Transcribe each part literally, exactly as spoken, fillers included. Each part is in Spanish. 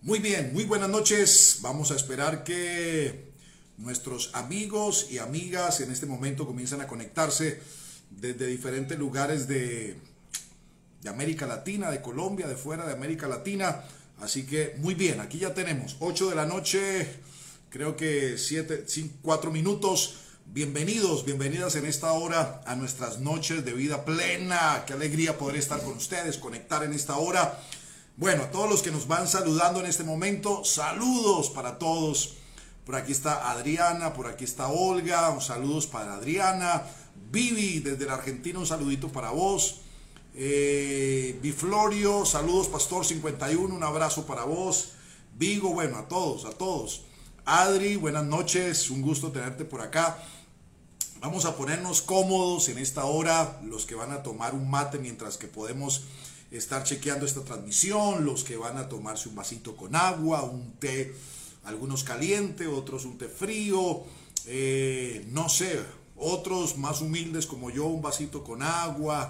Muy bien, muy buenas noches. Vamos a esperar que nuestros amigos y amigas en este momento comiencen a conectarse desde diferentes lugares de, de América Latina, de Colombia, de fuera de América Latina. Así que muy bien, aquí ya tenemos ocho de la noche, creo que siete, cinco, cuatro minutos. Bienvenidos, bienvenidas en esta hora a nuestras noches de vida plena. Qué alegría poder estar con ustedes, conectar en esta hora. Bueno, a todos los que nos van saludando en este momento, saludos para todos. Por aquí está Adriana, por aquí está Olga, un saludos para Adriana. Vivi, desde la Argentina, un saludito para vos. Eh, Biflorio, saludos Pastor cincuenta y uno, un abrazo para vos. Vigo, bueno, a todos, a todos. Adri, buenas noches, un gusto tenerte por acá. Vamos a ponernos cómodos en esta hora, los que van a tomar un mate mientras que podemos estar chequeando esta transmisión, los que van a tomarse un vasito con agua, un té, algunos caliente, otros un té frío, eh, no sé, otros más humildes como yo, un vasito con agua.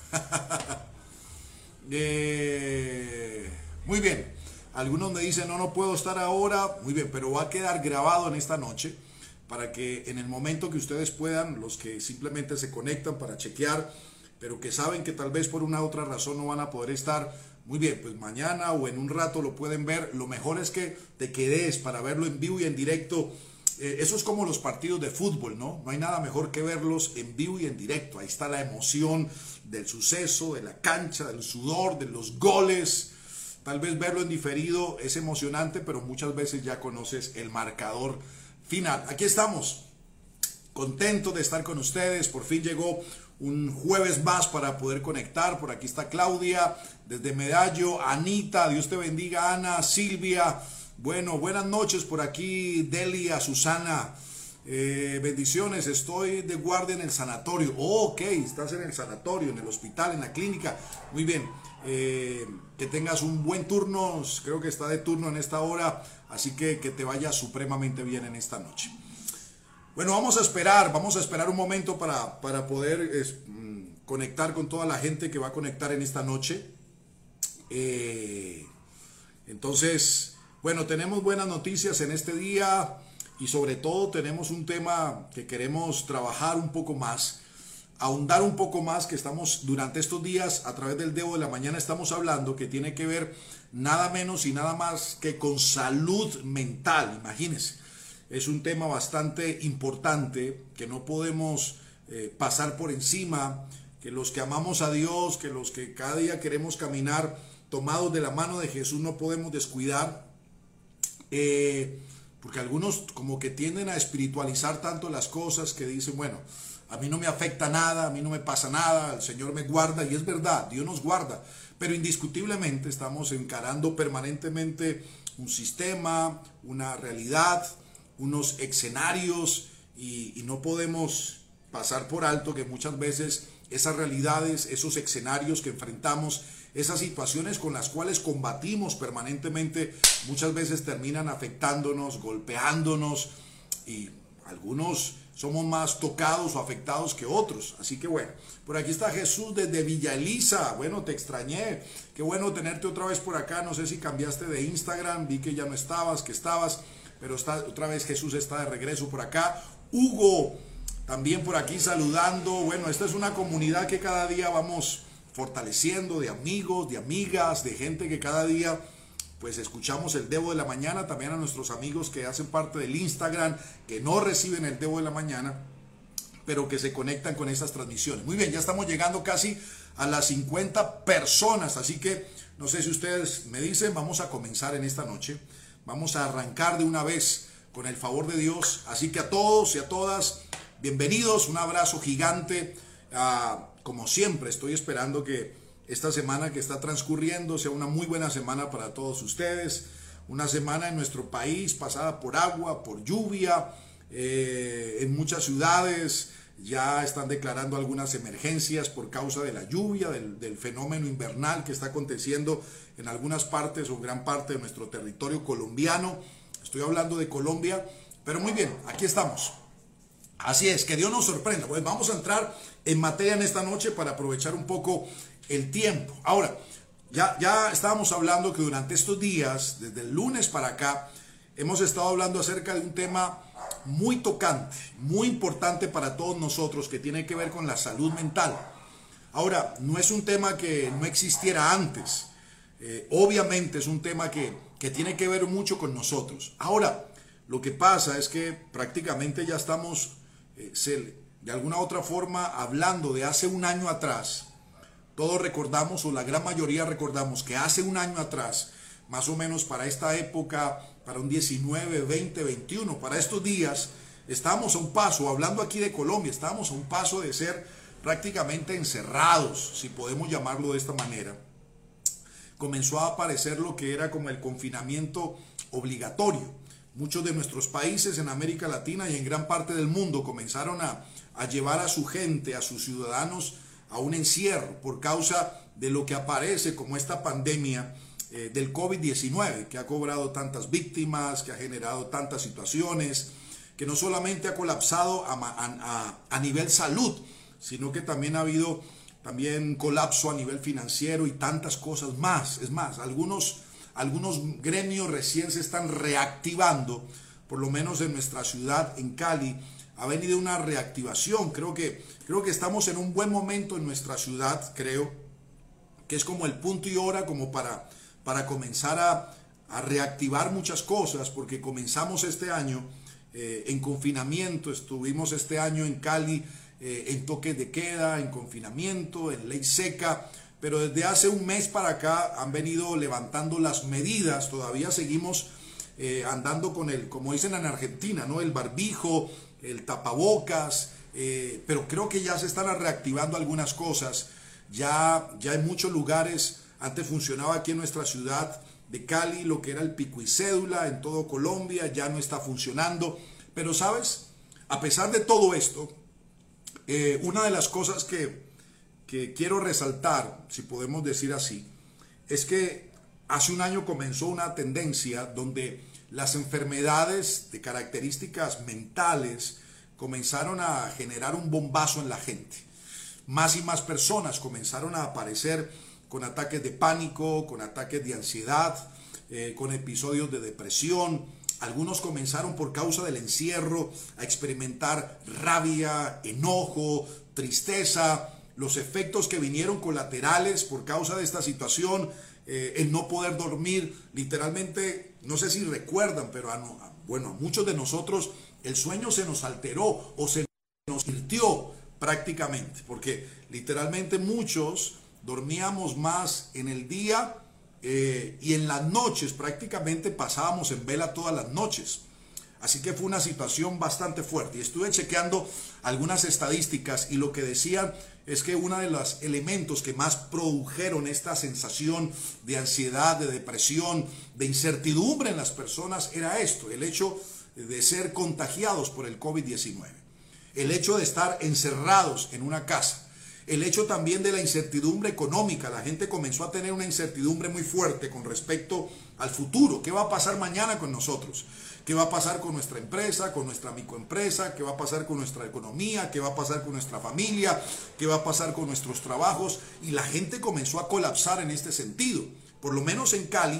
eh, muy bien, algunos me dicen no, no puedo estar ahora, muy bien, pero va a quedar grabado en esta noche para que en el momento que ustedes puedan, los que simplemente se conectan para chequear, pero que saben que tal vez por una u otra razón no van a poder estar, muy bien, pues mañana o en un rato lo pueden ver. Lo mejor es que te quedes para verlo en vivo y en directo. Eh, eso es como los partidos de fútbol, ¿no? No hay nada mejor que verlos en vivo y en directo. Ahí está la emoción del suceso, de la cancha, del sudor, de los goles. Tal vez verlo en diferido es emocionante, pero muchas veces ya conoces el marcador final. Aquí estamos, contentos de estar con ustedes. Por fin llegó un jueves más para poder conectar. Por aquí está Claudia, desde Medallo, Anita, Dios te bendiga, Ana, Silvia, bueno, buenas noches por aquí, Delia, Susana, eh, bendiciones, estoy de guardia en el sanatorio. Oh, ok, estás en el sanatorio, en el hospital, en la clínica, muy bien, eh, que tengas un buen turno, creo que está de turno en esta hora, así que que te vaya supremamente bien en esta noche. Bueno, vamos a esperar, vamos a esperar un momento para, para poder es, mm, conectar con toda la gente que va a conectar en esta noche. Eh, entonces, bueno, tenemos buenas noticias en este día y sobre todo tenemos un tema que queremos trabajar un poco más, ahondar un poco más, que estamos durante estos días a través del Devo de la Mañana estamos hablando, que tiene que ver nada menos y nada más que con salud mental, imagínense. Es un tema bastante importante que no podemos eh, pasar por encima, que los que amamos a Dios, que los que cada día queremos caminar tomados de la mano de Jesús no podemos descuidar, eh, porque algunos como que tienden a espiritualizar tanto las cosas que dicen, bueno, a mí no me afecta nada, a mí no me pasa nada, el Señor me guarda, y es verdad, Dios nos guarda, pero indiscutiblemente estamos encarando permanentemente un sistema, una realidad, unos escenarios y, y no podemos pasar por alto que muchas veces esas realidades, esos escenarios que enfrentamos, esas situaciones con las cuales combatimos permanentemente, muchas veces terminan afectándonos, golpeándonos y algunos somos más tocados o afectados que otros. Así que bueno, por aquí está Jesús desde Villa Elisa. Bueno, te extrañé, qué bueno tenerte otra vez por acá. No sé si cambiaste de Instagram, vi que ya no estabas, que estabas, pero está, otra vez Jesús está de regreso por acá. Hugo, también por aquí saludando. Bueno, esta es una comunidad que cada día vamos fortaleciendo, de amigos, de amigas, de gente que cada día pues escuchamos el Devo de la Mañana. También a nuestros amigos que hacen parte del Instagram, que no reciben el Devo de la Mañana, pero que se conectan con estas transmisiones. Muy bien, ya estamos llegando casi a las cincuenta personas, así que no sé si ustedes me dicen, vamos a comenzar en esta noche. Vamos a arrancar de una vez con el favor de Dios. Así que a todos y a todas, bienvenidos, un abrazo gigante. Uh, como siempre, estoy esperando que esta semana que está transcurriendo sea una muy buena semana para todos ustedes. Una semana en nuestro país pasada por agua, por lluvia. Eh, en muchas ciudades ya están declarando algunas emergencias por causa de la lluvia, del, del fenómeno invernal que está aconteciendo en algunas partes o gran parte de nuestro territorio colombiano. Estoy hablando de Colombia, pero muy bien, aquí estamos. Así es, que Dios nos sorprenda. Pues vamos a entrar en materia en esta noche para aprovechar un poco el tiempo. Ahora, Ya, ya estábamos hablando que durante estos días, desde el lunes para acá, hemos estado hablando acerca de un tema muy tocante, muy importante para todos nosotros, que tiene que ver con la salud mental. Ahora, no es un tema que no existiera antes, eh, obviamente es un tema que, que tiene que ver mucho con nosotros. Ahora, lo que pasa es que prácticamente ya estamos, eh, se, de alguna u otra forma, hablando de hace un año atrás. Todos recordamos, o la gran mayoría recordamos, que hace un año atrás, más o menos para esta época, para un diecinueve, veinte, veintiuno, para estos días, estábamos a un paso, hablando aquí de Colombia, estábamos a un paso de ser prácticamente encerrados, si podemos llamarlo de esta manera. Comenzó a aparecer lo que era como el confinamiento obligatorio. Muchos de nuestros países en América Latina y en gran parte del mundo comenzaron a, a llevar a su gente, a sus ciudadanos, a un encierro por causa de lo que aparece como esta pandemia eh, del COVID diecinueve, que ha cobrado tantas víctimas, que ha generado tantas situaciones, que no solamente ha colapsado a, a, a nivel salud, sino que también ha habido también colapso a nivel financiero y tantas cosas más. Es más, algunos, algunos gremios recién se están reactivando, por lo menos en nuestra ciudad, en Cali, ha venido una reactivación. Creo que, creo que estamos en un buen momento en nuestra ciudad, creo que es como el punto y hora como para, para comenzar a, a reactivar muchas cosas, porque comenzamos este año eh, en confinamiento, estuvimos este año en Cali eh, en toque de queda, en confinamiento, en ley seca, pero desde hace un mes para acá han venido levantando las medidas. Todavía seguimos eh, andando con el, como dicen en Argentina, ¿no?, el barbijo, el tapabocas, eh, pero creo que ya se están reactivando algunas cosas. Ya, ya en muchos lugares, antes funcionaba aquí en nuestra ciudad de Cali lo que era el pico y cédula, en todo Colombia ya no está funcionando. Pero sabes, a pesar de todo esto, eh, una de las cosas que, que quiero resaltar, si podemos decir así, es que hace un año comenzó una tendencia donde las enfermedades de características mentales comenzaron a generar un bombazo en la gente. Más y más personas comenzaron a aparecer con ataques de pánico, con ataques de ansiedad, eh, con episodios de depresión. Algunos comenzaron por causa del encierro a experimentar rabia, enojo, tristeza, los efectos que vinieron colaterales por causa de esta situación, eh, el no poder dormir, literalmente. No sé si recuerdan, pero a, no, a, bueno, a muchos de nosotros el sueño se nos alteró o se nos invirtió prácticamente, porque literalmente muchos dormíamos más en el día eh, y en las noches prácticamente pasábamos en vela todas las noches. Así que fue una situación bastante fuerte y estuve chequeando algunas estadísticas y lo que decían es que uno de los elementos que más produjeron esta sensación de ansiedad, de depresión, de incertidumbre en las personas era esto, el hecho de ser contagiados por el COVID diecinueve, el hecho de estar encerrados en una casa, el hecho también de la incertidumbre económica. La gente comenzó a tener una incertidumbre muy fuerte con respecto al futuro. ¿Qué va a pasar mañana con nosotros? ¿Qué va a pasar con nuestra empresa, con nuestra microempresa? ¿Qué va a pasar con nuestra economía? ¿Qué va a pasar con nuestra familia? ¿Qué va a pasar con nuestros trabajos? Y la gente comenzó a colapsar en este sentido. Por lo menos en Cali,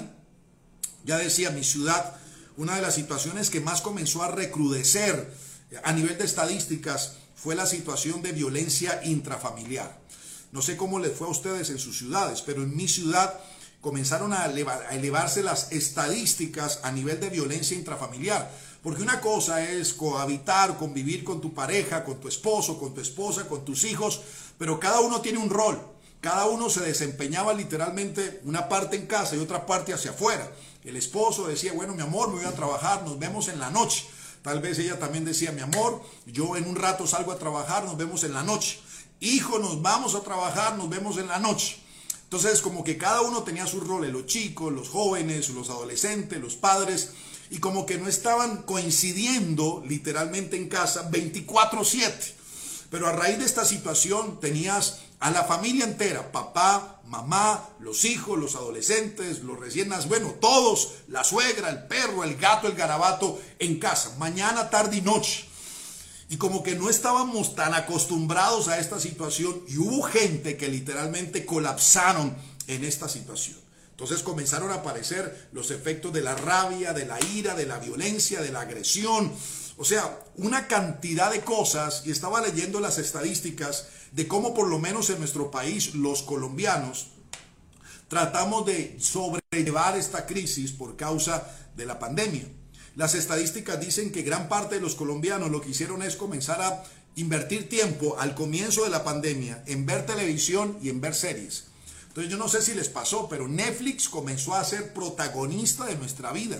ya decía, mi ciudad, una de las situaciones que más comenzó a recrudecer a nivel de estadísticas fue la situación de violencia intrafamiliar. No sé cómo les fue a ustedes en sus ciudades, pero en mi ciudad comenzaron a, elevar, a elevarse las estadísticas a nivel de violencia intrafamiliar. Porque una cosa es cohabitar, convivir con tu pareja, con tu esposo, con tu esposa, con tus hijos, pero cada uno tiene un rol. Cada uno se desempeñaba literalmente una parte en casa y otra parte hacia afuera. El esposo decía, bueno, mi amor, me voy a trabajar, nos vemos en la noche. Tal vez ella también decía, mi amor, yo en un rato salgo a trabajar, nos vemos en la noche. Hijo, nos vamos a trabajar, nos vemos en la noche. Entonces, como que cada uno tenía su rol, los chicos, los jóvenes, los adolescentes, los padres, y como que no estaban coincidiendo literalmente en casa veinticuatro siete. Pero a raíz de esta situación tenías a la familia entera, papá, mamá, los hijos, los adolescentes, los recién nacidos, bueno, todos, la suegra, el perro, el gato, el garabato en casa, mañana, tarde y noche. Y como que no estábamos tan acostumbrados a esta situación y hubo gente que literalmente colapsaron en esta situación. Entonces comenzaron a aparecer los efectos de la rabia, de la ira, de la violencia, de la agresión. O sea, una cantidad de cosas, y estaba leyendo las estadísticas de cómo por lo menos en nuestro país los colombianos tratamos de sobrellevar esta crisis por causa de la pandemia. Las estadísticas dicen que gran parte de los colombianos lo que hicieron es comenzar a invertir tiempo al comienzo de la pandemia en ver televisión y en ver series. Entonces yo no sé si les pasó, pero Netflix comenzó a ser protagonista de nuestra vida.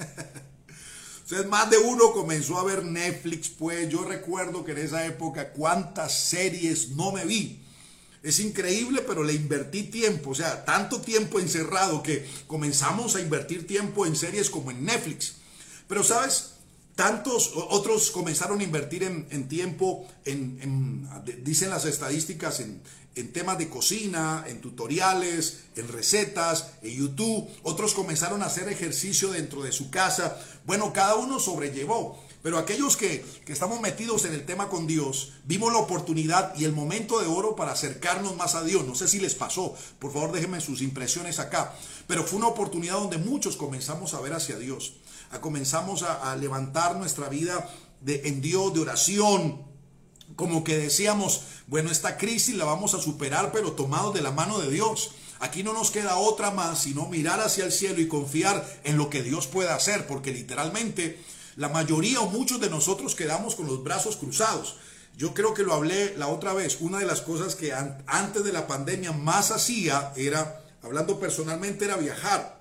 Entonces más de uno comenzó a ver Netflix, pues yo recuerdo que en esa época cuántas series no me vi. Es increíble, pero le invertí tiempo, o sea, tanto tiempo encerrado que comenzamos a invertir tiempo en series como en Netflix. Pero sabes, tantos otros comenzaron a invertir en, en tiempo, en, en, dicen las estadísticas, en, en temas de cocina, en tutoriales, en recetas, en YouTube. Otros comenzaron a hacer ejercicio dentro de su casa. Bueno, cada uno sobrellevó. Pero aquellos que, que estamos metidos en el tema con Dios, vimos la oportunidad y el momento de oro para acercarnos más a Dios. No sé si les pasó, por favor déjenme sus impresiones acá. Pero fue una oportunidad donde muchos comenzamos a ver hacia Dios. A comenzamos a, a levantar nuestra vida de, en Dios, de oración. Como que decíamos, bueno, esta crisis la vamos a superar, pero tomados de la mano de Dios. Aquí no nos queda otra más, sino mirar hacia el cielo y confiar en lo que Dios puede hacer, porque literalmente la mayoría o muchos de nosotros quedamos con los brazos cruzados. Yo creo que lo hablé la otra vez. Una de las cosas que an- antes de la pandemia más hacía era, hablando personalmente, era viajar.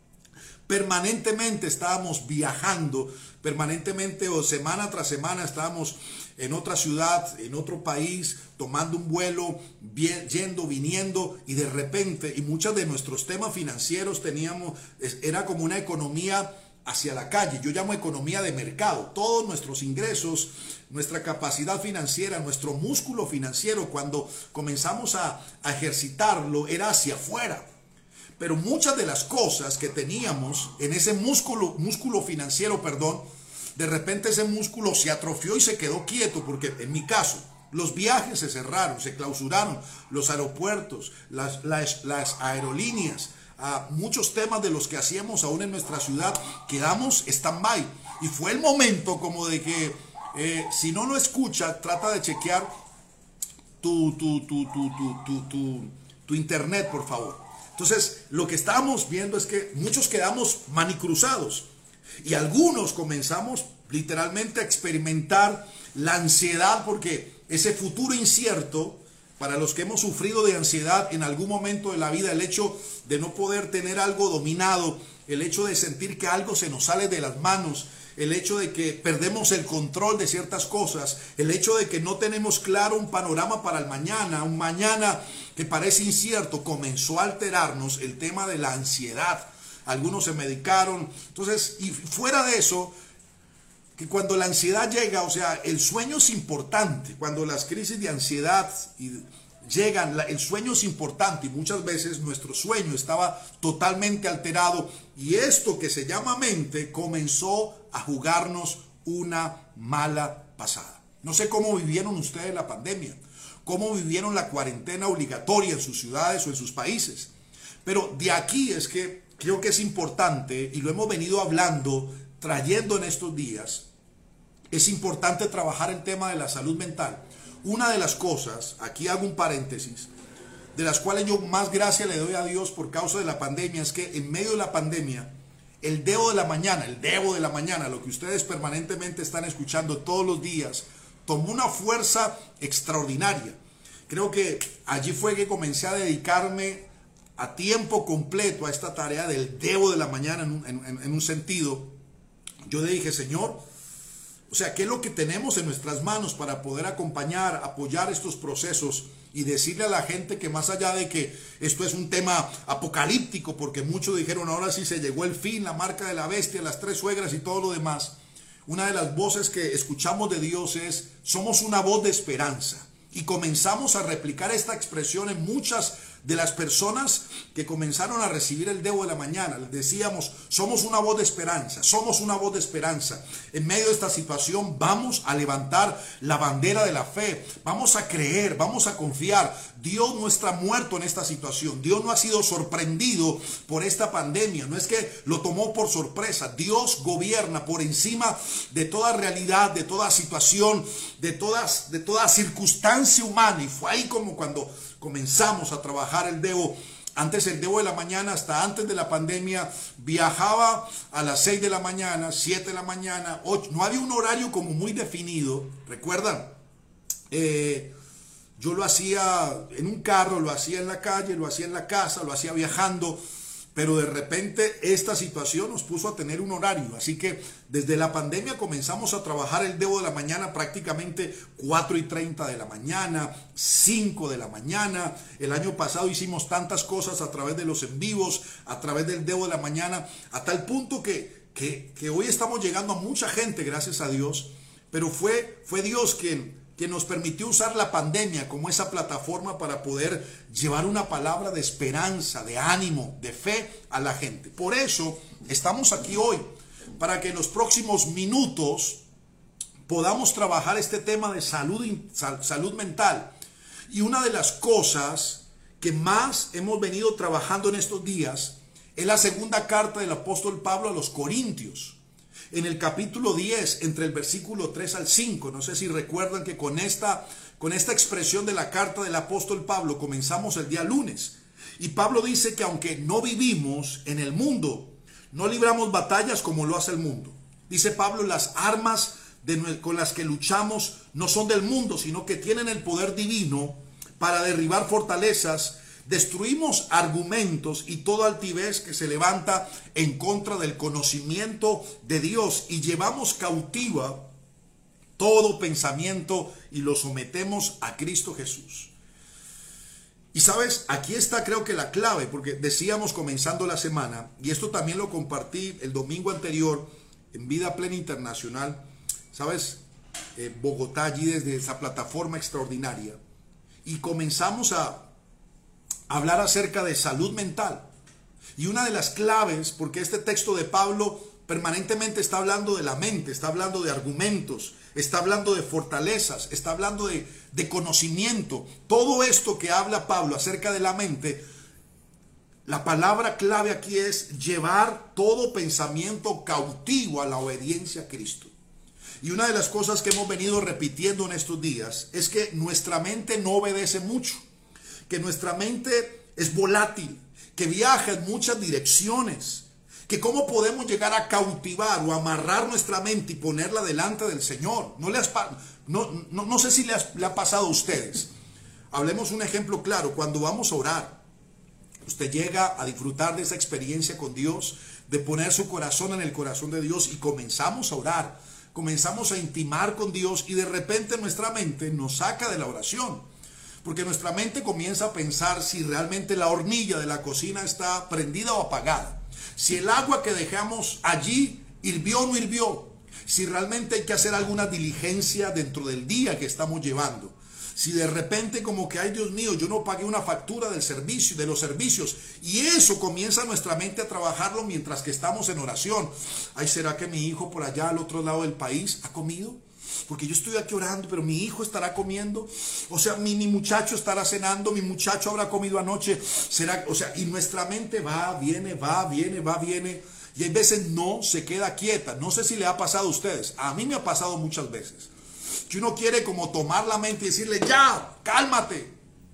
Permanentemente estábamos viajando, permanentemente o semana tras semana estábamos en otra ciudad, en otro país, tomando un vuelo, bien, yendo, viniendo, y de repente, y muchos de nuestros temas financieros teníamos, era como una economía hacia la calle. Yo llamo economía de mercado. Todos nuestros ingresos, nuestra capacidad financiera, nuestro músculo financiero, cuando comenzamos a, a ejercitarlo, era hacia afuera. Pero muchas de las cosas que teníamos en ese músculo, músculo financiero, perdón, de repente ese músculo se atrofió y se quedó quieto, porque en mi caso, los viajes se cerraron, se clausuraron, los aeropuertos, las, las, las aerolíneas, a muchos temas de los que hacíamos aún en nuestra ciudad, quedamos stand-by. Y fue el momento como de que, eh, si no lo escucha, trata de chequear tu, tu, tu, tu, tu, tu, tu, tu internet, por favor. Entonces, lo que estábamos viendo es que muchos quedamos manicruzados y algunos comenzamos literalmente a experimentar la ansiedad, porque ese futuro incierto, para los que hemos sufrido de ansiedad en algún momento de la vida, el hecho de no poder tener algo dominado, el hecho de sentir que algo se nos sale de las manos, el hecho de que perdemos el control de ciertas cosas, el hecho de que no tenemos claro un panorama para el mañana, un mañana que parece incierto, comenzó a alterarnos el tema de la ansiedad. Algunos se medicaron. Entonces, y fuera de eso, que cuando la ansiedad llega, o sea, el sueño es importante. Cuando las crisis de ansiedad llegan, el sueño es importante, y muchas veces nuestro sueño estaba totalmente alterado, y esto que se llama mente comenzó a jugarnos una mala pasada. No sé cómo vivieron ustedes la pandemia, cómo vivieron la cuarentena obligatoria en sus ciudades o en sus países, pero de aquí es que creo que es importante, y lo hemos venido hablando, trayendo en estos días, es importante trabajar el tema de la salud mental. Una de las cosas, aquí hago un paréntesis, de las cuales yo más gracias le doy a Dios por causa de la pandemia, es que en medio de la pandemia, el dedo de la mañana, el dedo de la mañana, lo que ustedes permanentemente están escuchando todos los días, tomó una fuerza extraordinaria. Creo que allí fue que comencé a dedicarme a tiempo completo a esta tarea del dedo de la mañana en un, en, en un sentido. Yo le dije, Señor, o sea, ¿qué es lo que tenemos en nuestras manos para poder acompañar, apoyar estos procesos y decirle a la gente que más allá de que esto es un tema apocalíptico, porque muchos dijeron ahora sí se llegó el fin, la marca de la bestia, las tres suegras y todo lo demás, una de las voces que escuchamos de Dios es, somos una voz de esperanza, y comenzamos a replicar esta expresión en muchas de las personas que comenzaron a recibir el devo de la mañana. Les decíamos, somos una voz de esperanza, somos una voz de esperanza. En medio de esta situación vamos a levantar la bandera de la fe, vamos a creer, vamos a confiar. Dios no está muerto en esta situación, Dios no ha sido sorprendido por esta pandemia, no es que lo tomó por sorpresa. Dios gobierna por encima de toda realidad, de toda situación, de, todas, de toda circunstancia humana. Y fue ahí como cuando comenzamos a trabajar el devo. Antes el devo de la mañana, hasta antes de la pandemia, viajaba a las seis de la mañana, siete de la mañana, ocho. No había un horario como muy definido. ¿Recuerdan? Eh, yo lo hacía en un carro, lo hacía en la calle, lo hacía en la casa, lo hacía viajando. Pero de repente esta situación nos puso a tener un horario. Así que desde la pandemia comenzamos a trabajar el devo de la mañana prácticamente cuatro y treinta de la mañana, cinco de la mañana. El año pasado hicimos tantas cosas a través de los en vivos, a través del devo de la mañana, a tal punto que, que, que hoy estamos llegando a mucha gente, gracias a Dios. Pero fue, fue Dios quien... que nos permitió usar la pandemia como esa plataforma para poder llevar una palabra de esperanza, de ánimo, de fe a la gente. Por eso estamos aquí hoy, para que en los próximos minutos podamos trabajar este tema de salud, salud mental. Y una de las cosas que más hemos venido trabajando en estos días es la segunda carta del apóstol Pablo a los Corintios. En el capítulo diez, entre el versículo tres al cinco, no sé si recuerdan que con esta, con esta expresión de la carta del apóstol Pablo comenzamos el día lunes. Y Pablo dice que aunque no vivimos en el mundo, no libramos batallas como lo hace el mundo. Dice Pablo, las armas de, con las que luchamos no son del mundo, sino que tienen el poder divino para derribar fortalezas. Destruimos argumentos y toda altivez que se levanta en contra del conocimiento de Dios y llevamos cautiva todo pensamiento y lo sometemos a Cristo Jesús. Y sabes, aquí está creo que la clave, porque decíamos comenzando la semana, y esto también lo compartí el domingo anterior en Vida Plena Internacional, sabes, eh, Bogotá, allí desde esa plataforma extraordinaria, y comenzamos a hablar acerca de salud mental. Y una de las claves, porque este texto de Pablo permanentemente está hablando de la mente, está hablando de argumentos, está hablando de fortalezas, está hablando de, de conocimiento. Todo esto que habla Pablo acerca de la mente, la palabra clave aquí es llevar todo pensamiento cautivo a la obediencia a Cristo. Y una de las cosas que hemos venido repitiendo en estos días es que nuestra mente no obedece mucho, que nuestra mente es volátil, que viaja en muchas direcciones, que cómo podemos llegar a cautivar o amarrar nuestra mente y ponerla delante del Señor. No, le has, no, no, no sé si le, has, le ha pasado a ustedes. Hablemos un ejemplo claro. Cuando vamos a orar, usted llega a disfrutar de esa experiencia con Dios, de poner su corazón en el corazón de Dios y comenzamos a orar, comenzamos a intimar con Dios y de repente nuestra mente nos saca de la oración. Porque nuestra mente comienza a pensar si realmente la hornilla de la cocina está prendida o apagada. Si el agua que dejamos allí hirvió o no hirvió. Si realmente hay que hacer alguna diligencia dentro del día que estamos llevando. Si de repente como que, ay Dios mío, yo no pagué una factura del servicio, de los servicios. Y eso comienza nuestra mente a trabajarlo mientras que estamos en oración. Ay, ¿será que mi hijo por allá al otro lado del país ha comido? Porque yo estoy aquí orando, pero mi hijo estará comiendo. O sea, mi, mi muchacho estará cenando, mi muchacho habrá comido anoche. ¿Será? O sea, y nuestra mente va, viene, va, viene, va, viene. Y hay veces no se queda quieta. No sé si le ha pasado a ustedes. A mí me ha pasado muchas veces. Que uno quiere como tomar la mente y decirle, ya, cálmate.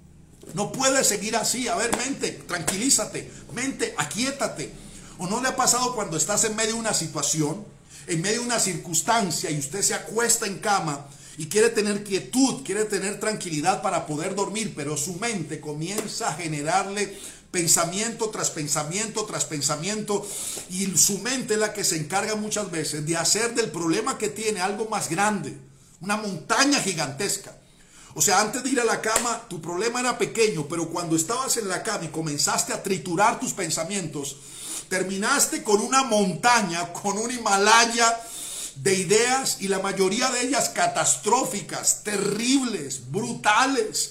No puedes seguir así. A ver, mente, tranquilízate. Mente, aquíétate. ¿O no le ha pasado cuando estás en medio de una situación, en medio de una circunstancia y usted se acuesta en cama y quiere tener quietud, quiere tener tranquilidad para poder dormir, pero su mente comienza a generarle pensamiento tras pensamiento tras pensamiento y su mente es la que se encarga muchas veces de hacer del problema que tiene algo más grande, una montaña gigantesca? O sea, antes de ir a la cama tu problema era pequeño, pero cuando estabas en la cama y comenzaste a triturar tus pensamientos, terminaste con una montaña, con un Himalaya de ideas y la mayoría de ellas catastróficas, terribles, brutales,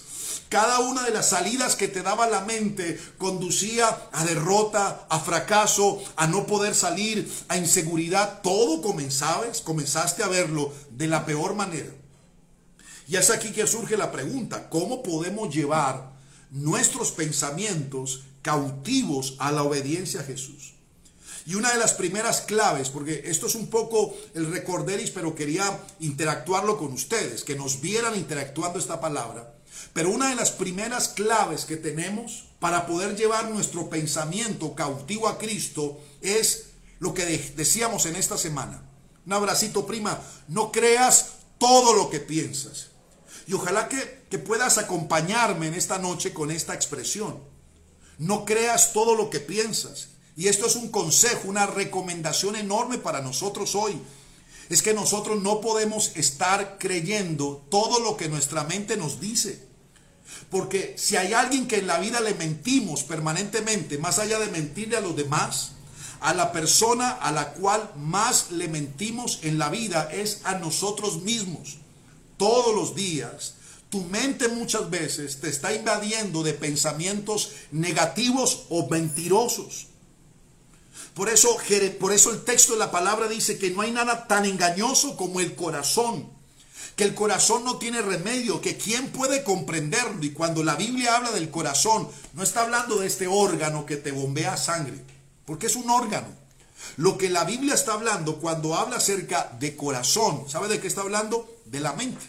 Cada una de las salidas que te daba la mente conducía a derrota, a fracaso, a no poder salir, a inseguridad. Todo comenzabas, comenzaste a verlo de la peor manera. Y es aquí que surge la pregunta: ¿cómo podemos llevar nuestros pensamientos cautivos a la obediencia a Jesús? Y una de las primeras claves, porque esto es un poco el recorderis, pero quería interactuarlo con ustedes, que nos vieran interactuando esta palabra. Pero una de las primeras claves que tenemos para poder llevar nuestro pensamiento cautivo a Cristo es lo que de- decíamos en esta semana. Un abracito, prima. No creas todo lo que piensas. Y ojalá que, que puedas acompañarme en esta noche con esta expresión. No creas todo lo que piensas. Y esto es un consejo, una recomendación enorme para nosotros hoy. Es que nosotros no podemos estar creyendo todo lo que nuestra mente nos dice. Porque si hay alguien que en la vida le mentimos permanentemente, más allá de mentirle a los demás, a la persona a la cual más le mentimos en la vida es a nosotros mismos. Todos los días, tu mente muchas veces te está invadiendo de pensamientos negativos o mentirosos. Por eso, por eso el texto de la palabra dice que no hay nada tan engañoso como el corazón, que el corazón no tiene remedio, que quién puede comprenderlo. Y cuando la Biblia habla del corazón, no está hablando de este órgano que te bombea sangre, porque es un órgano. Lo que la Biblia está hablando cuando habla acerca de corazón, ¿sabe de qué está hablando? De la mente.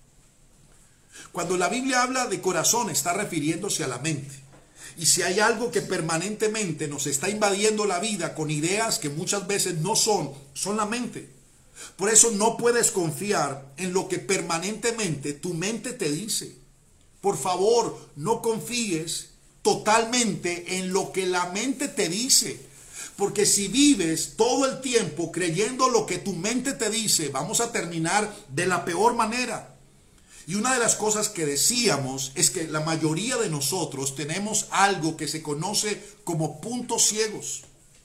Cuando la Biblia habla de corazón, está refiriéndose a la mente. Y si hay algo que permanentemente nos está invadiendo la vida con ideas que muchas veces no son, son la mente. Por eso no puedes confiar en lo que permanentemente tu mente te dice. Por favor, no confíes totalmente en lo que la mente te dice. Porque si vives todo el tiempo creyendo lo que tu mente te dice, vamos a terminar de la peor manera. Y una de las cosas que decíamos es que la mayoría de nosotros tenemos algo que se conoce como puntos ciegos.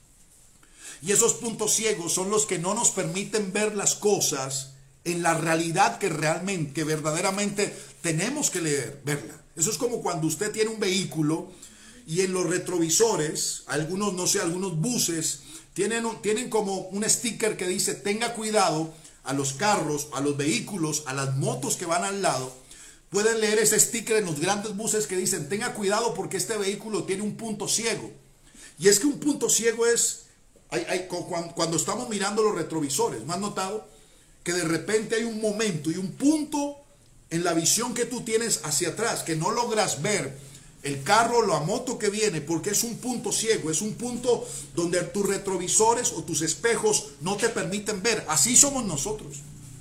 Y esos puntos ciegos son los que no nos permiten ver las cosas en la realidad que realmente, que verdaderamente tenemos que leer, verla. Eso es como cuando usted tiene un vehículo y en los retrovisores, algunos, no sé, algunos buses, tienen, tienen como un sticker que dice: tenga cuidado. A los carros, a los vehículos, a las motos que van al lado, pueden leer ese sticker en los grandes buses que dicen: tenga cuidado porque este vehículo tiene un punto ciego. Y es que un punto ciego es, hay, hay, cuando, cuando estamos mirando los retrovisores, ¿no has notado? Que de repente hay un momento y un punto en la visión que tú tienes hacia atrás, que no logras ver el carro o la moto que viene, porque es un punto ciego, es un punto donde tus retrovisores o tus espejos no te permiten ver. Así somos nosotros.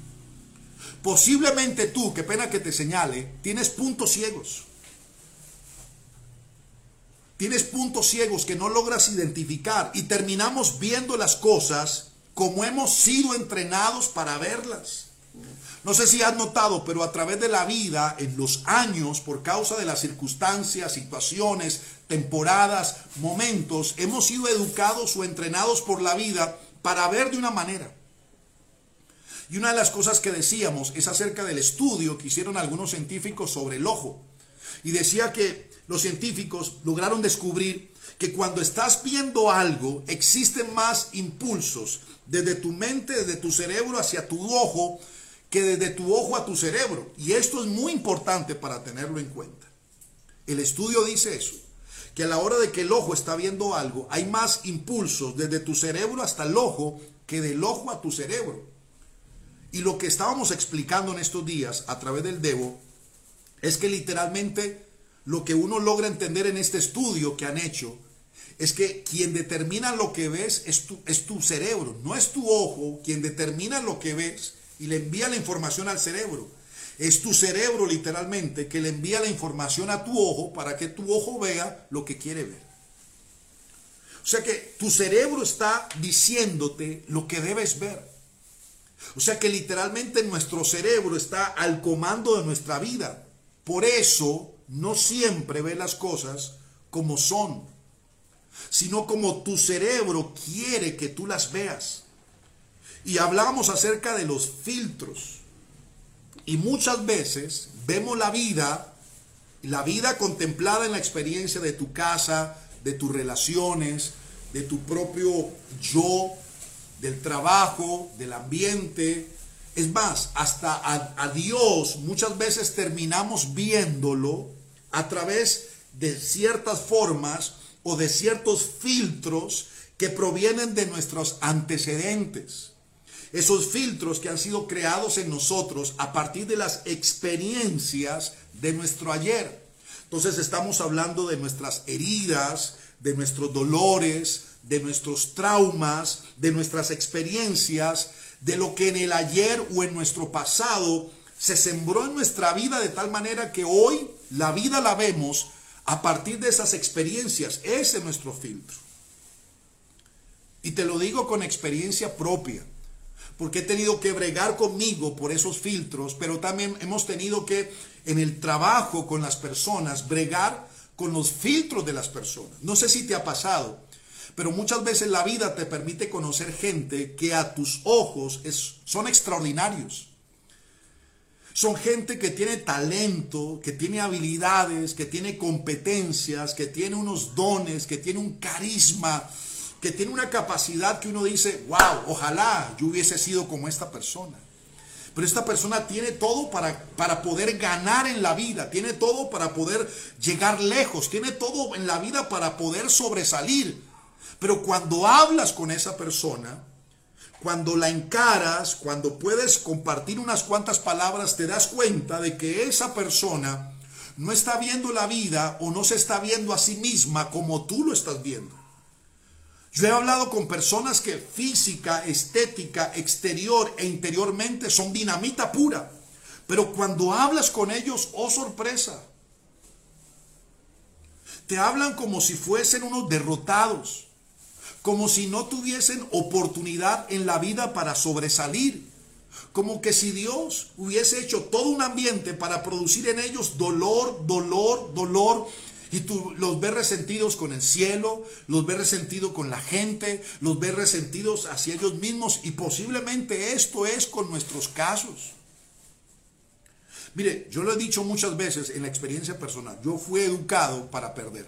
Posiblemente tú, qué pena que te señale, tienes puntos ciegos. Tienes puntos ciegos que no logras identificar y terminamos viendo las cosas como hemos sido entrenados para verlas. No sé si has notado, pero a través de la vida, en los años, por causa de las circunstancias, situaciones, temporadas, momentos, hemos sido educados o entrenados por la vida para ver de una manera. Y una de las cosas que decíamos es acerca del estudio que hicieron algunos científicos sobre el ojo. Y decía que los científicos lograron descubrir que cuando estás viendo algo, existen más impulsos desde tu mente, desde tu cerebro hacia tu ojo, que desde tu ojo a tu cerebro. Y esto es muy importante para tenerlo en cuenta. El estudio dice eso, que a la hora de que el ojo está viendo algo, hay más impulsos desde tu cerebro hasta el ojo que del ojo a tu cerebro. Y lo que estábamos explicando en estos días a través del Devo es que literalmente lo que uno logra entender en este estudio que han hecho es que quien determina lo que ves es tu, es tu cerebro, no es tu ojo quien determina lo que ves y le envía la información al cerebro. Es tu cerebro literalmente que le envía la información a tu ojo para que tu ojo vea lo que quiere ver. O sea que tu cerebro está diciéndote lo que debes ver. O sea que literalmente nuestro cerebro está al comando de nuestra vida. Por eso no siempre ve las cosas como son, sino como tu cerebro quiere que tú las veas. Y hablábamos acerca de los filtros. Y muchas veces vemos la vida La vida contemplada en la experiencia de tu casa, de tus relaciones, de tu propio yo, del trabajo, del ambiente. Es más, hasta a, a Dios muchas veces terminamos viéndolo a través de ciertas formas o de ciertos filtros que provienen de nuestros antecedentes. Esos filtros que han sido creados en nosotros a partir de las experiencias de nuestro ayer. Entonces estamos hablando de nuestras heridas, de nuestros dolores, de nuestros traumas, de nuestras experiencias, de lo que en el ayer o en nuestro pasado se sembró en nuestra vida de tal manera que hoy la vida la vemos a partir de esas experiencias. Ese es nuestro filtro. Y te lo digo con experiencia propia, porque he tenido que bregar conmigo por esos filtros, pero también hemos tenido que, en el trabajo con las personas, bregar con los filtros de las personas. No sé si te ha pasado, pero muchas veces la vida te permite conocer gente que a tus ojos es, son extraordinarios. Son gente que tiene talento, que tiene habilidades, que tiene competencias, que tiene unos dones, que tiene un carisma, que tiene una capacidad que uno dice, wow, ojalá yo hubiese sido como esta persona. Pero esta persona tiene todo para, para poder ganar en la vida, tiene todo para poder llegar lejos, tiene todo en la vida para poder sobresalir. Pero cuando hablas con esa persona, cuando la encaras, cuando puedes compartir unas cuantas palabras, te das cuenta de que esa persona no está viendo la vida o no se está viendo a sí misma como tú lo estás viendo. Yo he hablado con personas que física, estética, exterior e interiormente son dinamita pura. Pero cuando hablas con ellos, oh sorpresa, te hablan como si fuesen unos derrotados, como si no tuviesen oportunidad en la vida para sobresalir, como que si Dios hubiese hecho todo un ambiente para producir en ellos dolor, dolor, dolor. Y tú los ves resentidos con el cielo, los ves resentidos con la gente, los ves resentidos hacia ellos mismos. Y posiblemente esto es con nuestros casos. Mire, yo lo he dicho muchas veces en la experiencia personal. Yo fui educado para perder.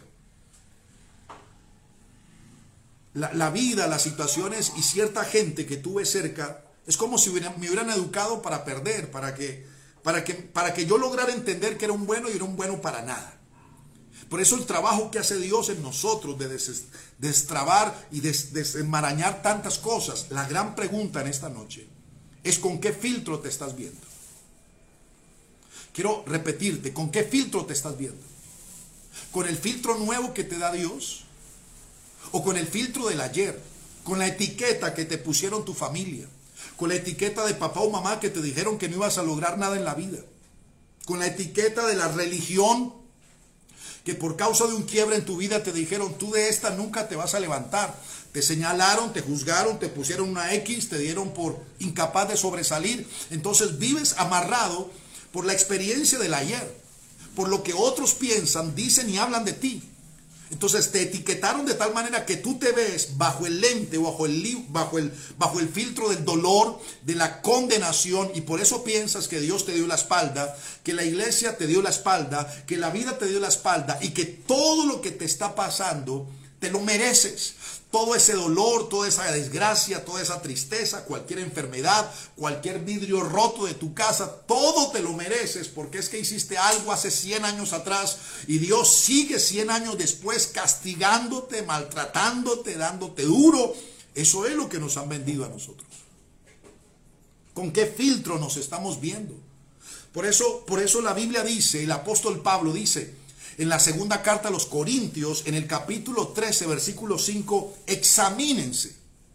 La, la vida, las situaciones y cierta gente que tuve cerca, es como si hubiera, me hubieran educado para perder, para que, para, que, para que yo lograra entender que era un bueno y era un bueno para nada. Por eso el trabajo que hace Dios en nosotros de des, destrabar y des, desenmarañar tantas cosas, la gran pregunta en esta noche es ¿con qué filtro te estás viendo? Quiero repetirte, ¿con qué filtro te estás viendo? ¿Con el filtro nuevo que te da Dios? ¿O con el filtro del ayer? ¿Con la etiqueta que te pusieron tu familia? ¿Con la etiqueta de papá o mamá que te dijeron que no ibas a lograr nada en la vida? ¿Con la etiqueta de la religión que por causa de un quiebre en tu vida te dijeron, tú de esta nunca te vas a levantar? Te señalaron, te juzgaron, te pusieron una X, te dieron por incapaz de sobresalir. Entonces vives amarrado por la experiencia del ayer, por lo que otros piensan, dicen y hablan de ti. Entonces te etiquetaron de tal manera que tú te ves bajo el lente, bajo el, bajo el, bajo el filtro del dolor, de la condenación, y por eso piensas que Dios te dio la espalda, que la iglesia te dio la espalda, que la vida te dio la espalda y que todo lo que te está pasando te lo mereces. Todo ese dolor, toda esa desgracia, toda esa tristeza, cualquier enfermedad, cualquier vidrio roto de tu casa, todo te lo mereces porque es que hiciste algo hace cien años atrás y Dios sigue cien años después castigándote, maltratándote, dándote duro. Eso es lo que nos han vendido a nosotros. ¿Con qué filtro nos estamos viendo? Por eso, por eso la Biblia dice, el apóstol Pablo dice, en la segunda carta a los Corintios, en el capítulo trece, versículo cinco, examínense.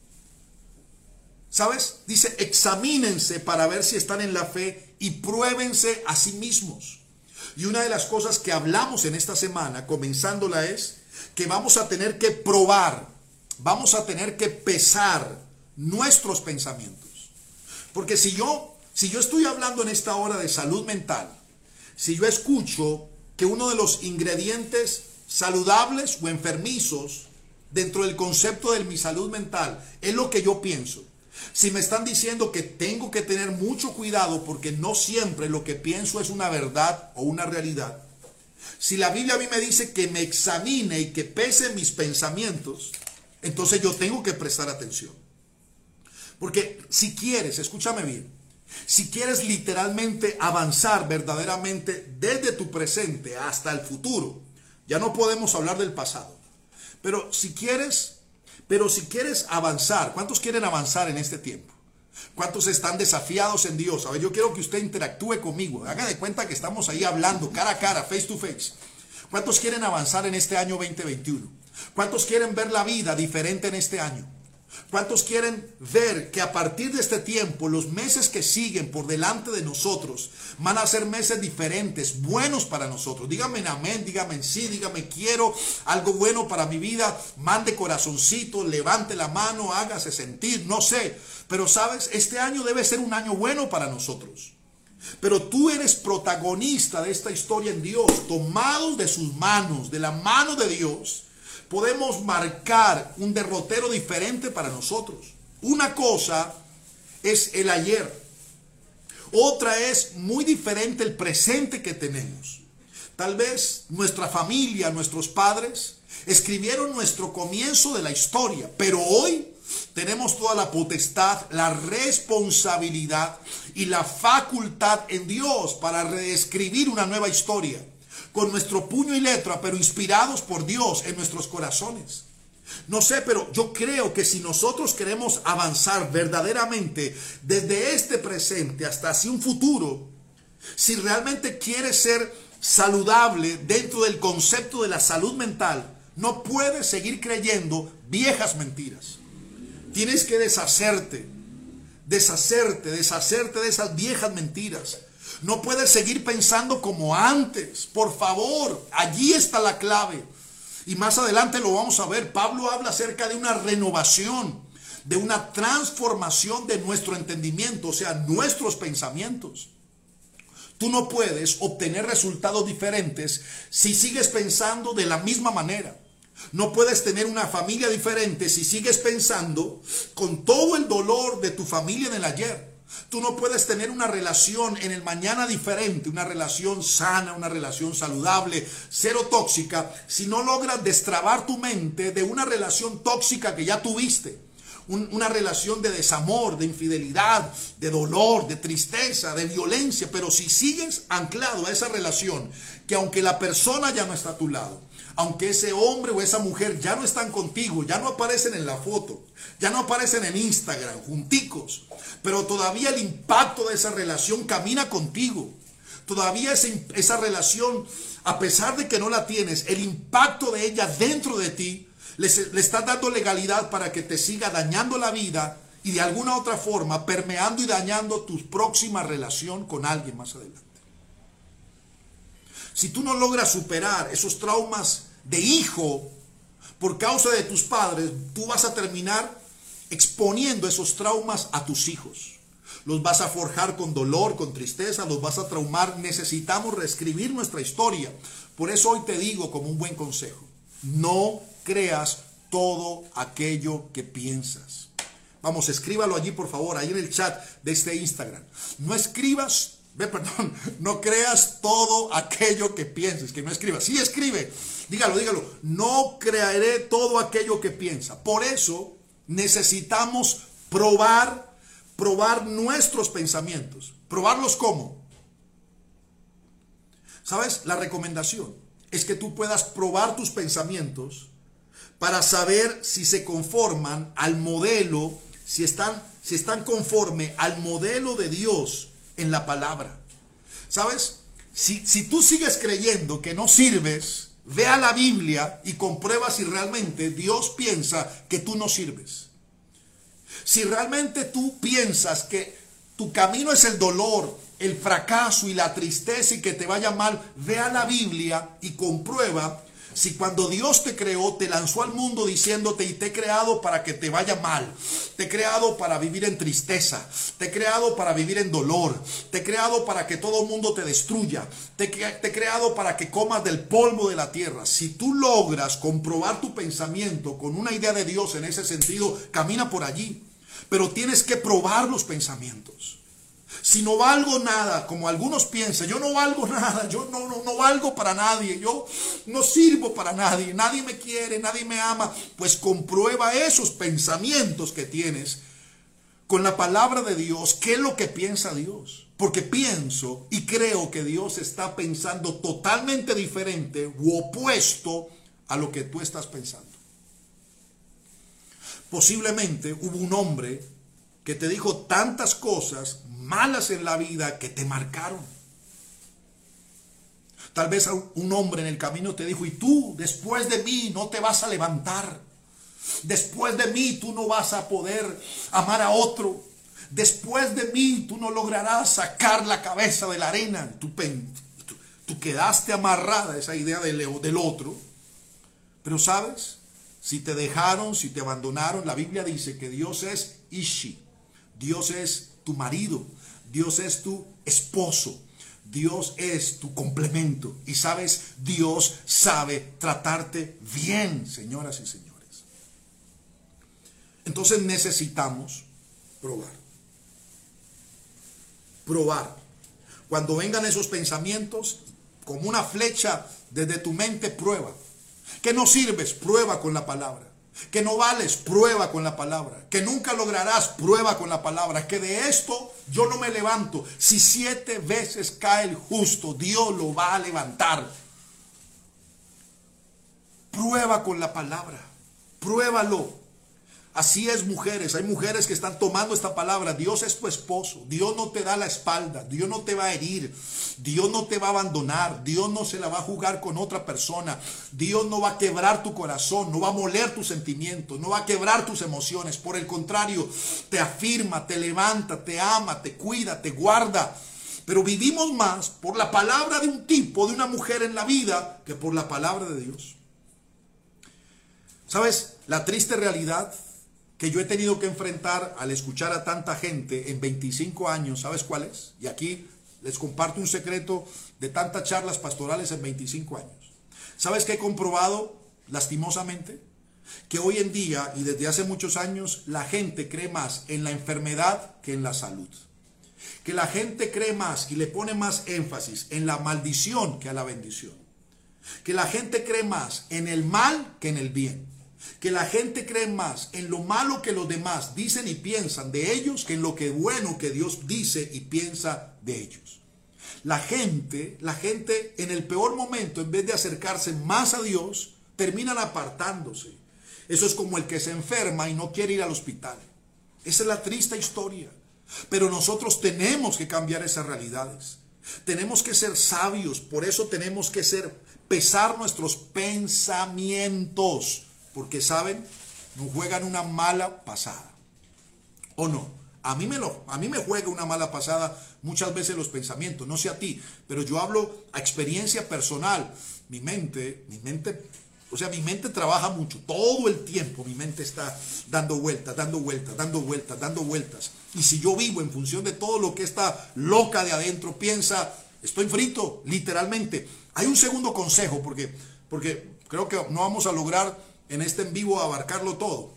¿Sabes? Dice, examínense para ver si están en la fe y pruébense a sí mismos. Y una de las cosas que hablamos en esta semana, comenzándola, es que vamos a tener que probar, vamos a tener que pesar nuestros pensamientos. Porque si yo, si yo estoy hablando en esta hora de salud mental, si yo escucho que uno de los ingredientes saludables o enfermizos dentro del concepto de mi salud mental es lo que yo pienso. Si me están diciendo que tengo que tener mucho cuidado porque no siempre lo que pienso es una verdad o una realidad. Si la Biblia a mí me dice que me examine y que pese mis pensamientos, entonces yo tengo que prestar atención. Porque si quieres, escúchame bien, si quieres literalmente avanzar verdaderamente desde tu presente hasta el futuro, ya no podemos hablar del pasado, pero si quieres, pero si quieres avanzar, ¿cuántos quieren avanzar en este tiempo? ¿Cuántos están desafiados en Dios? A ver, yo quiero que usted interactúe conmigo. Haga de cuenta que estamos ahí hablando cara a cara, face to face. ¿Cuántos quieren avanzar en este año veinte veintiuno? ¿Cuántos quieren ver la vida diferente en este año? ¿Cuántos quieren ver que a partir de este tiempo, los meses que siguen por delante de nosotros van a ser meses diferentes, buenos para nosotros? Díganme amén, díganme sí, díganme quiero algo bueno para mi vida. Mande corazoncito, levante la mano, hágase sentir, no sé. Pero sabes, este año debe ser un año bueno para nosotros. Pero tú eres protagonista de esta historia en Dios, tomados de sus manos, de la mano de Dios. Podemos marcar un derrotero diferente para nosotros. Una cosa es el ayer. Otra es muy diferente el presente que tenemos. Tal vez nuestra familia, nuestros padres, escribieron nuestro comienzo de la historia. Pero hoy tenemos toda la potestad, la responsabilidad y la facultad en Dios para reescribir una nueva historia. Con nuestro puño y letra, pero inspirados por Dios en nuestros corazones. No sé, pero yo creo que si nosotros queremos avanzar verdaderamente desde este presente hasta hacia un futuro, si realmente quieres ser saludable dentro del concepto de la salud mental, no puedes seguir creyendo viejas mentiras. Tienes que deshacerte, deshacerte, deshacerte de esas viejas mentiras. No puedes seguir pensando como antes. Por favor, allí está la clave. Y más adelante lo vamos a ver. Pablo habla acerca de una renovación, de una transformación de nuestro entendimiento, o sea, nuestros pensamientos. Tú no puedes obtener resultados diferentes si sigues pensando de la misma manera. No puedes tener una familia diferente si sigues pensando con todo el dolor de tu familia en el ayer. Tú no puedes tener una relación en el mañana diferente, una relación sana, una relación saludable, cero tóxica, si no logras destrabar tu mente de una relación tóxica que ya tuviste. Un, una relación de desamor, de infidelidad, de dolor, de tristeza, de violencia. Pero si sigues anclado a esa relación, que aunque la persona ya no está a tu lado, aunque ese hombre o esa mujer ya no están contigo, ya no aparecen en la foto, ya no aparecen en Instagram, junticos, pero todavía el impacto de esa relación camina contigo. Todavía ese, esa relación, a pesar de que no la tienes, el impacto de ella dentro de ti, le, le estás dando legalidad para que te siga dañando la vida y de alguna otra forma permeando y dañando tu próxima relación con alguien más adelante. Si tú no logras superar esos traumas de hijo por causa de tus padres, tú vas a terminar exponiendo esos traumas a tus hijos. Los vas a forjar con dolor, con tristeza, los vas a traumar. Necesitamos reescribir nuestra historia. Por eso hoy te digo como un buen consejo, no creas todo aquello que piensas. Vamos, escríbalo allí por favor, ahí en el chat de este Instagram. No escribas Ve, perdón, no creas todo aquello que pienses, que no escribas. Sí, escribe, dígalo, dígalo. No creeré todo aquello que piensa. Por eso necesitamos probar, probar nuestros pensamientos. ¿Probarlos cómo? ¿Sabes? La recomendación es que tú puedas probar tus pensamientos para saber si se conforman al modelo, si están, si están conforme al modelo de Dios en la palabra. ¿Sabes? Si, si tú sigues creyendo que no sirves, ve a la Biblia y comprueba si realmente Dios piensa que tú no sirves. Si realmente tú piensas que tu camino es el dolor, el fracaso y la tristeza y que te vaya mal, ve a la Biblia y comprueba si cuando Dios te creó, te lanzó al mundo diciéndote y te he creado para que te vaya mal, te he creado para vivir en tristeza, te he creado para vivir en dolor, te he creado para que todo el mundo te destruya, te, te he creado para que comas del polvo de la tierra. Si tú logras comprobar tu pensamiento con una idea de Dios en ese sentido, camina por allí, pero tienes que probar los pensamientos. Si no valgo nada, como algunos piensan, yo no valgo nada, yo no, no, no valgo para nadie, yo no sirvo para nadie, nadie me quiere, nadie me ama, pues comprueba esos pensamientos que tienes con la palabra de Dios. ¿Qué es lo que piensa Dios? Porque pienso y creo que Dios está pensando totalmente diferente u opuesto a lo que tú estás pensando. Posiblemente hubo un hombre que te dijo tantas cosas malas en la vida que te marcaron. Tal vez un hombre en el camino te dijo, y tú después de mí no te vas a levantar. Después de mí tú no vas a poder amar a otro. Después de mí tú no lograrás sacar la cabeza de la arena. Tú, tú, tú quedaste amarrada a esa idea del, del otro. Pero ¿sabes? Si te dejaron, si te abandonaron, la Biblia dice que Dios es Ishi. Dios es tu marido. Dios es tu esposo. Dios es tu complemento. Y sabes, Dios sabe tratarte bien, señoras y señores. Entonces necesitamos probar. Probar. Cuando vengan esos pensamientos, como una flecha desde tu mente, prueba. Que no sirves, prueba con la palabra. Que no vales, prueba con la palabra. Que nunca lograrás, prueba con la palabra. Que de esto yo no me levanto. Si siete veces cae el justo, Dios lo va a levantar. Prueba con la palabra. Pruébalo. Así es, mujeres. Hay mujeres que están tomando esta palabra. Dios es tu esposo. Dios no te da la espalda. Dios no te va a herir. Dios no te va a abandonar. Dios no se la va a jugar con otra persona. Dios no va a quebrar tu corazón. No va a moler tus sentimientos. No va a quebrar tus emociones. Por el contrario, te afirma, te levanta, te ama, te cuida, te guarda. Pero vivimos más por la palabra de un tipo, de una mujer en la vida, que por la palabra de Dios. ¿Sabes? La triste realidad que yo he tenido que enfrentar al escuchar a tanta gente en veinticinco años, ¿sabes cuál es? Y aquí les comparto un secreto de tantas charlas pastorales en veinticinco años. ¿Sabes qué he comprobado lastimosamente? Que hoy en día y desde hace muchos años la gente cree más en la enfermedad que en la salud. Que la gente cree más y le pone más énfasis en la maldición que a la bendición. Que la gente cree más en el mal que en el bien. Que la gente cree más en lo malo que los demás dicen y piensan de ellos que en lo que bueno que Dios dice y piensa de ellos. La gente, la gente en el peor momento, en vez de acercarse más a Dios, terminan apartándose. Eso es como el que se enferma y no quiere ir al hospital. Esa es la triste historia. Pero nosotros tenemos que cambiar esas realidades. Tenemos que ser sabios, por eso tenemos que ser, pesar nuestros pensamientos. Porque, ¿saben? Nos juegan una mala pasada. ¿O no? A mí, me lo, a mí me juega una mala pasada muchas veces los pensamientos. No sé a ti, pero yo hablo a experiencia personal. Mi mente, mi mente, o sea, mi mente trabaja mucho. Todo el tiempo mi mente está dando vueltas, dando vueltas, dando vueltas, dando vueltas. Y si yo vivo en función de todo lo que esta loca de adentro piensa, estoy frito, literalmente. Hay un segundo consejo, porque, porque creo que no vamos a lograr en este en vivo abarcarlo todo.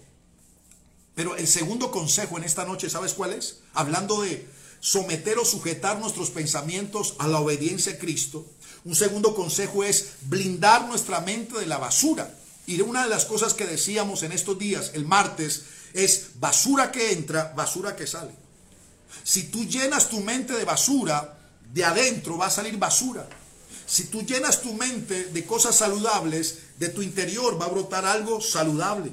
Pero el segundo consejo en esta noche, ¿sabes cuál es? Hablando de someter o sujetar nuestros pensamientos a la obediencia a Cristo. Un segundo consejo es blindar nuestra mente de la basura. Y una de las cosas que decíamos en estos días, el martes, es basura que entra, basura que sale. Si tú llenas tu mente de basura, de adentro va a salir basura. Si tú llenas tu mente de cosas saludables, de tu interior va a brotar algo saludable.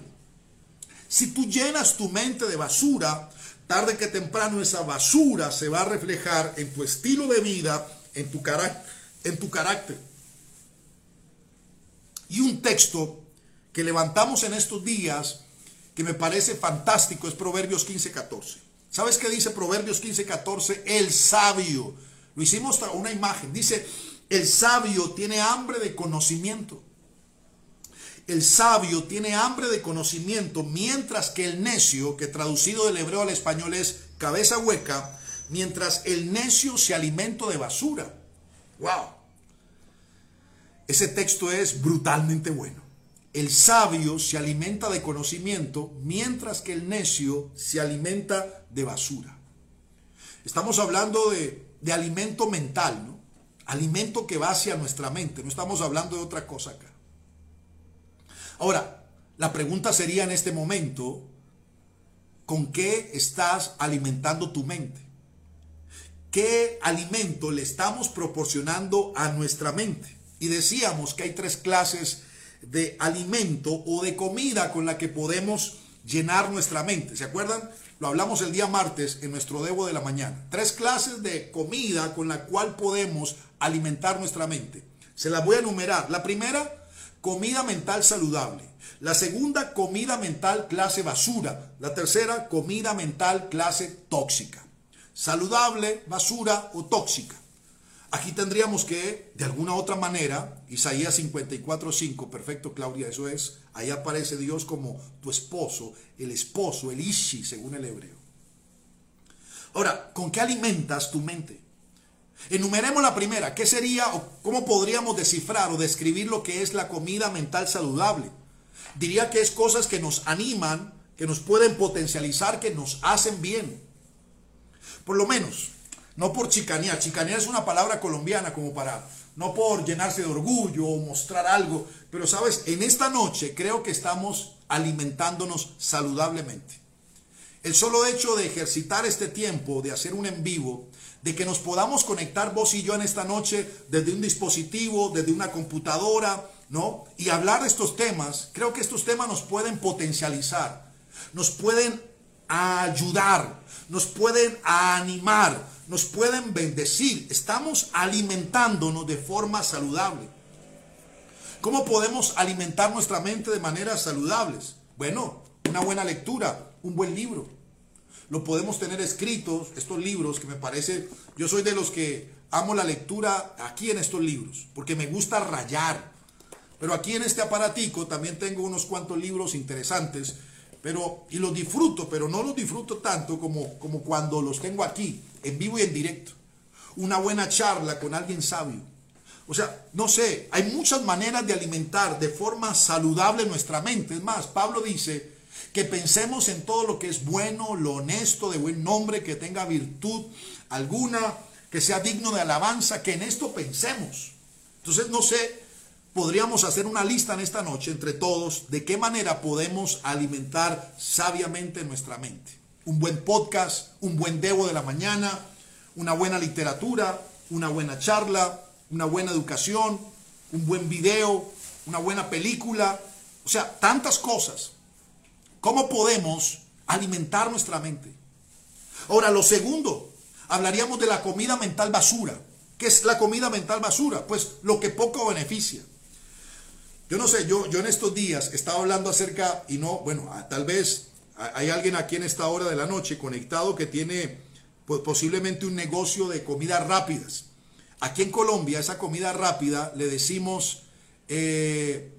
Si tú llenas tu mente de basura, tarde que temprano esa basura se va a reflejar en tu estilo de vida, en tu carácter, en tu carácter. Y un texto que levantamos en estos días que me parece fantástico es Proverbios quince, catorce. ¿Sabes qué dice Proverbios quince, catorce? El sabio. Lo hicimos para una imagen. Dice: el sabio tiene hambre de conocimiento. El sabio tiene hambre de conocimiento, mientras que el necio, que traducido del hebreo al español es cabeza hueca, mientras el necio se alimenta de basura. ¡Wow! Ese texto es brutalmente bueno. El sabio se alimenta de conocimiento, mientras que el necio se alimenta de basura. Estamos hablando de, de alimento mental, ¿no? Alimento que va hacia nuestra mente. No estamos hablando de otra cosa acá. Ahora, la pregunta sería en este momento, ¿con qué estás alimentando tu mente? ¿Qué alimento le estamos proporcionando a nuestra mente? Y decíamos que hay tres clases de alimento o de comida con la que podemos llenar nuestra mente. ¿Se acuerdan? Lo hablamos el día martes en nuestro Devo de la mañana. Tres clases de comida con la cual podemos alimentar nuestra mente. Se las voy a enumerar. La primera, comida mental saludable. La segunda, comida mental clase basura. La tercera, comida mental clase tóxica. Saludable, basura o tóxica. Aquí tendríamos que, de alguna otra manera, Isaías cincuenta y cuatro cinco, perfecto Claudia, eso es, ahí aparece Dios como tu esposo, el esposo, el Ishi, según el hebreo. Ahora, ¿con qué alimentas tu mente? Enumeremos la primera, ¿qué sería o cómo podríamos descifrar o describir lo que es la comida mental saludable? Diría que es cosas que nos animan, que nos pueden potencializar, que nos hacen bien. Por lo menos, no por chicanear. Chicanear es una palabra colombiana como para, no por llenarse de orgullo o mostrar algo. Pero sabes, en esta noche creo que estamos alimentándonos saludablemente. El solo hecho de ejercitar este tiempo, de hacer un en vivo, de que nos podamos conectar vos y yo en esta noche desde un dispositivo, desde una computadora, ¿no? Y hablar de estos temas, creo que estos temas nos pueden potencializar, nos pueden ayudar, nos pueden animar, nos pueden bendecir. Estamos alimentándonos de forma saludable. ¿Cómo podemos alimentar nuestra mente de maneras saludables? Bueno, una buena lectura, un buen libro. Lo podemos tener escritos, estos libros que me parece, yo soy de los que amo la lectura aquí en estos libros, porque me gusta rayar. Pero aquí en este aparatico también tengo unos cuantos libros interesantes, pero, y los disfruto, pero no los disfruto tanto como, como cuando los tengo aquí, en vivo y en directo. Una buena charla con alguien sabio. O sea, no sé, hay muchas maneras de alimentar de forma saludable nuestra mente. Es más, Pablo dice que pensemos en todo lo que es bueno, lo honesto, de buen nombre, que tenga virtud alguna, que sea digno de alabanza, que en esto pensemos. Entonces, no sé, podríamos hacer una lista en esta noche entre todos de qué manera podemos alimentar sabiamente nuestra mente. Un buen podcast, un buen Devo de la mañana, una buena literatura, una buena charla, una buena educación, un buen video, una buena película. O sea, tantas cosas. ¿Cómo podemos alimentar nuestra mente? Ahora, lo segundo, hablaríamos de la comida mental basura. ¿Qué es la comida mental basura? Pues lo que poco beneficia. Yo no sé, yo, yo en estos días estaba hablando acerca, y no, bueno, tal vez hay alguien aquí en esta hora de la noche conectado que tiene pues, posiblemente un negocio de comidas rápidas. Aquí en Colombia, esa comida rápida le decimos... Eh,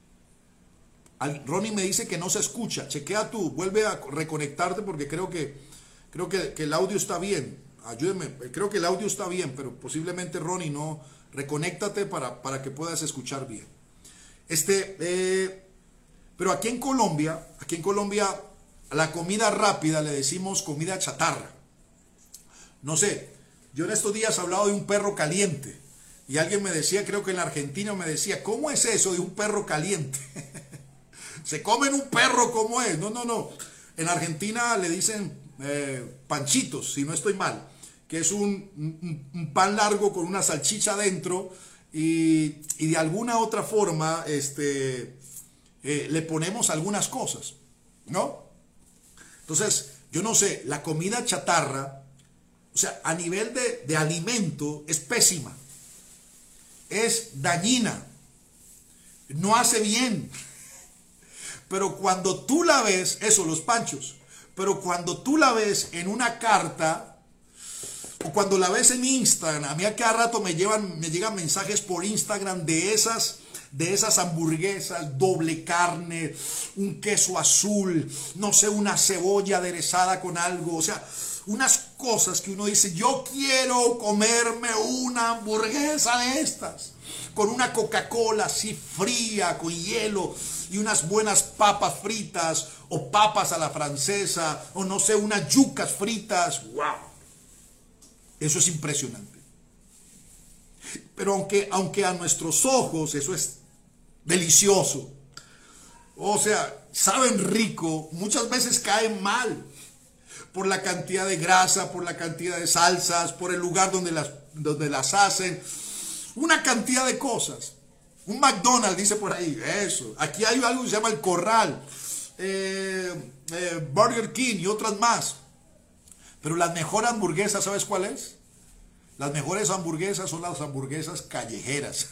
Ronnie me dice que no se escucha. Chequea tú, vuelve a reconectarte porque creo que creo que, que el audio está bien. Ayúdeme, creo que el audio está bien, pero posiblemente Ronnie no. Reconéctate para, para que puedas escuchar bien. Este, eh, pero aquí en Colombia, aquí en Colombia, a la comida rápida le decimos comida chatarra. No sé, yo en estos días he hablado de un perro caliente y alguien me decía, creo que en la Argentina me decía, ¿cómo es eso de un perro caliente? ¿Se comen un perro como es? No, no, no. En Argentina le dicen eh, panchitos, si no estoy mal, que es un, un, un pan largo con una salchicha adentro y, y de alguna otra forma este, eh, le ponemos algunas cosas, ¿no? Entonces, yo no sé, la comida chatarra, o sea, a nivel de, de alimento es pésima, es dañina, no hace bien. Pero cuando tú la ves, eso, los panchos, pero cuando tú la ves en una carta, o cuando la ves en Instagram, a mí a cada rato me, llevan, me llegan mensajes por Instagram de esas, de esas hamburguesas, doble carne, un queso azul, no sé, una cebolla aderezada con algo, o sea, unas cosas que uno dice, yo quiero comerme una hamburguesa de estas, con una Coca-Cola así fría, con hielo, y unas buenas papas fritas, o papas a la francesa, o no sé, unas yucas fritas, wow. Eso es impresionante. Pero aunque, aunque a nuestros ojos eso es delicioso, o sea, saben rico, muchas veces caen mal por la cantidad de grasa, por la cantidad de salsas, por el lugar donde las, donde las hacen, una cantidad de cosas. Un McDonald's dice por ahí, eso. Aquí hay algo que se llama El Corral, eh, eh, Burger King y otras más. Pero las mejores hamburguesas, ¿sabes cuál es? Las mejores hamburguesas son las hamburguesas callejeras.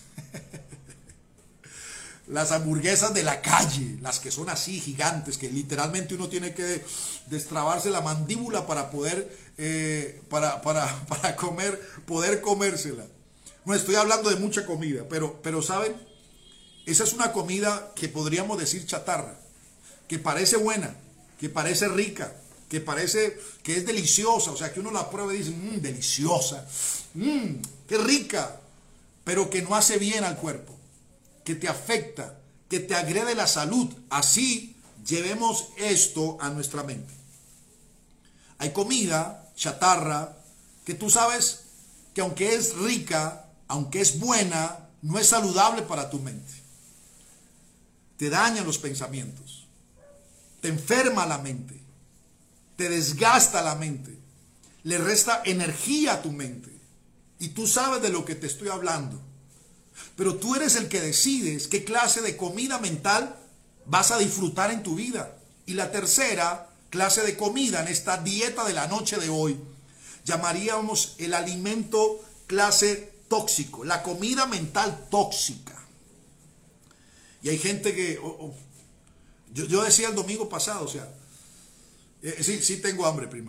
Las hamburguesas de la calle, las que son así gigantes, que literalmente uno tiene que destrabarse la mandíbula para poder, eh, para, para, para comer, poder comérsela. No estoy hablando de mucha comida, pero, pero ¿saben? Esa es una comida que podríamos decir chatarra, que parece buena, que parece rica, que parece que es deliciosa, o sea, que uno la prueba y dice, mmm, deliciosa, mmm, qué rica, pero que no hace bien al cuerpo, que te afecta, que te agrede la salud. Así llevemos esto a nuestra mente. Hay comida chatarra que tú sabes que aunque es rica, aunque es buena, no es saludable para tu mente. Te daña los pensamientos, te enferma la mente, te desgasta la mente, le resta energía a tu mente. Y tú sabes de lo que te estoy hablando. Pero tú eres el que decides qué clase de comida mental vas a disfrutar en tu vida. Y la tercera clase de comida en esta dieta de la noche de hoy, llamaríamos el alimento clase tóxico, la comida mental tóxica. Y hay gente que, oh, oh, yo, yo decía el domingo pasado, o sea, eh, sí, sí tengo hambre, prima.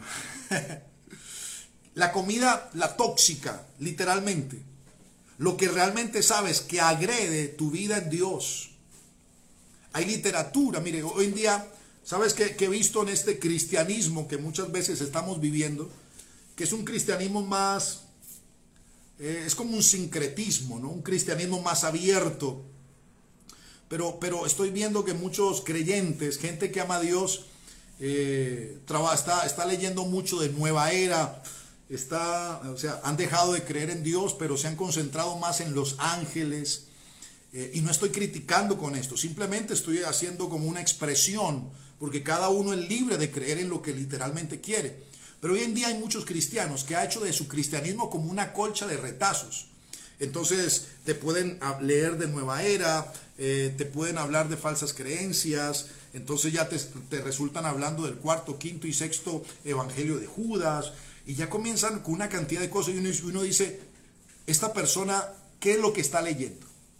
La comida, la tóxica, literalmente. Lo que realmente sabes que agrede tu vida en Dios. Hay literatura, mire, hoy en día, ¿sabes qué, qué he visto en este cristianismo que muchas veces estamos viviendo? Que es un cristianismo más, eh, es como un sincretismo, ¿no? Un cristianismo más abierto. Pero, pero estoy viendo que muchos creyentes, gente que ama a Dios, eh, trabaja, está, está leyendo mucho de Nueva Era. Está, o sea, han dejado de creer en Dios, pero se han concentrado más en los ángeles. Eh, y no estoy criticando con esto, simplemente estoy haciendo como una expresión, porque cada uno es libre de creer en lo que literalmente quiere. Pero hoy en día hay muchos cristianos que han hecho de su cristianismo como una colcha de retazos. Entonces te pueden leer de Nueva Era, eh, te pueden hablar de falsas creencias, entonces ya te, te resultan hablando del cuarto, quinto y sexto evangelio de Judas. Y ya comienzan con una cantidad de cosas y uno, uno dice, esta persona, ¿qué es lo que está leyendo?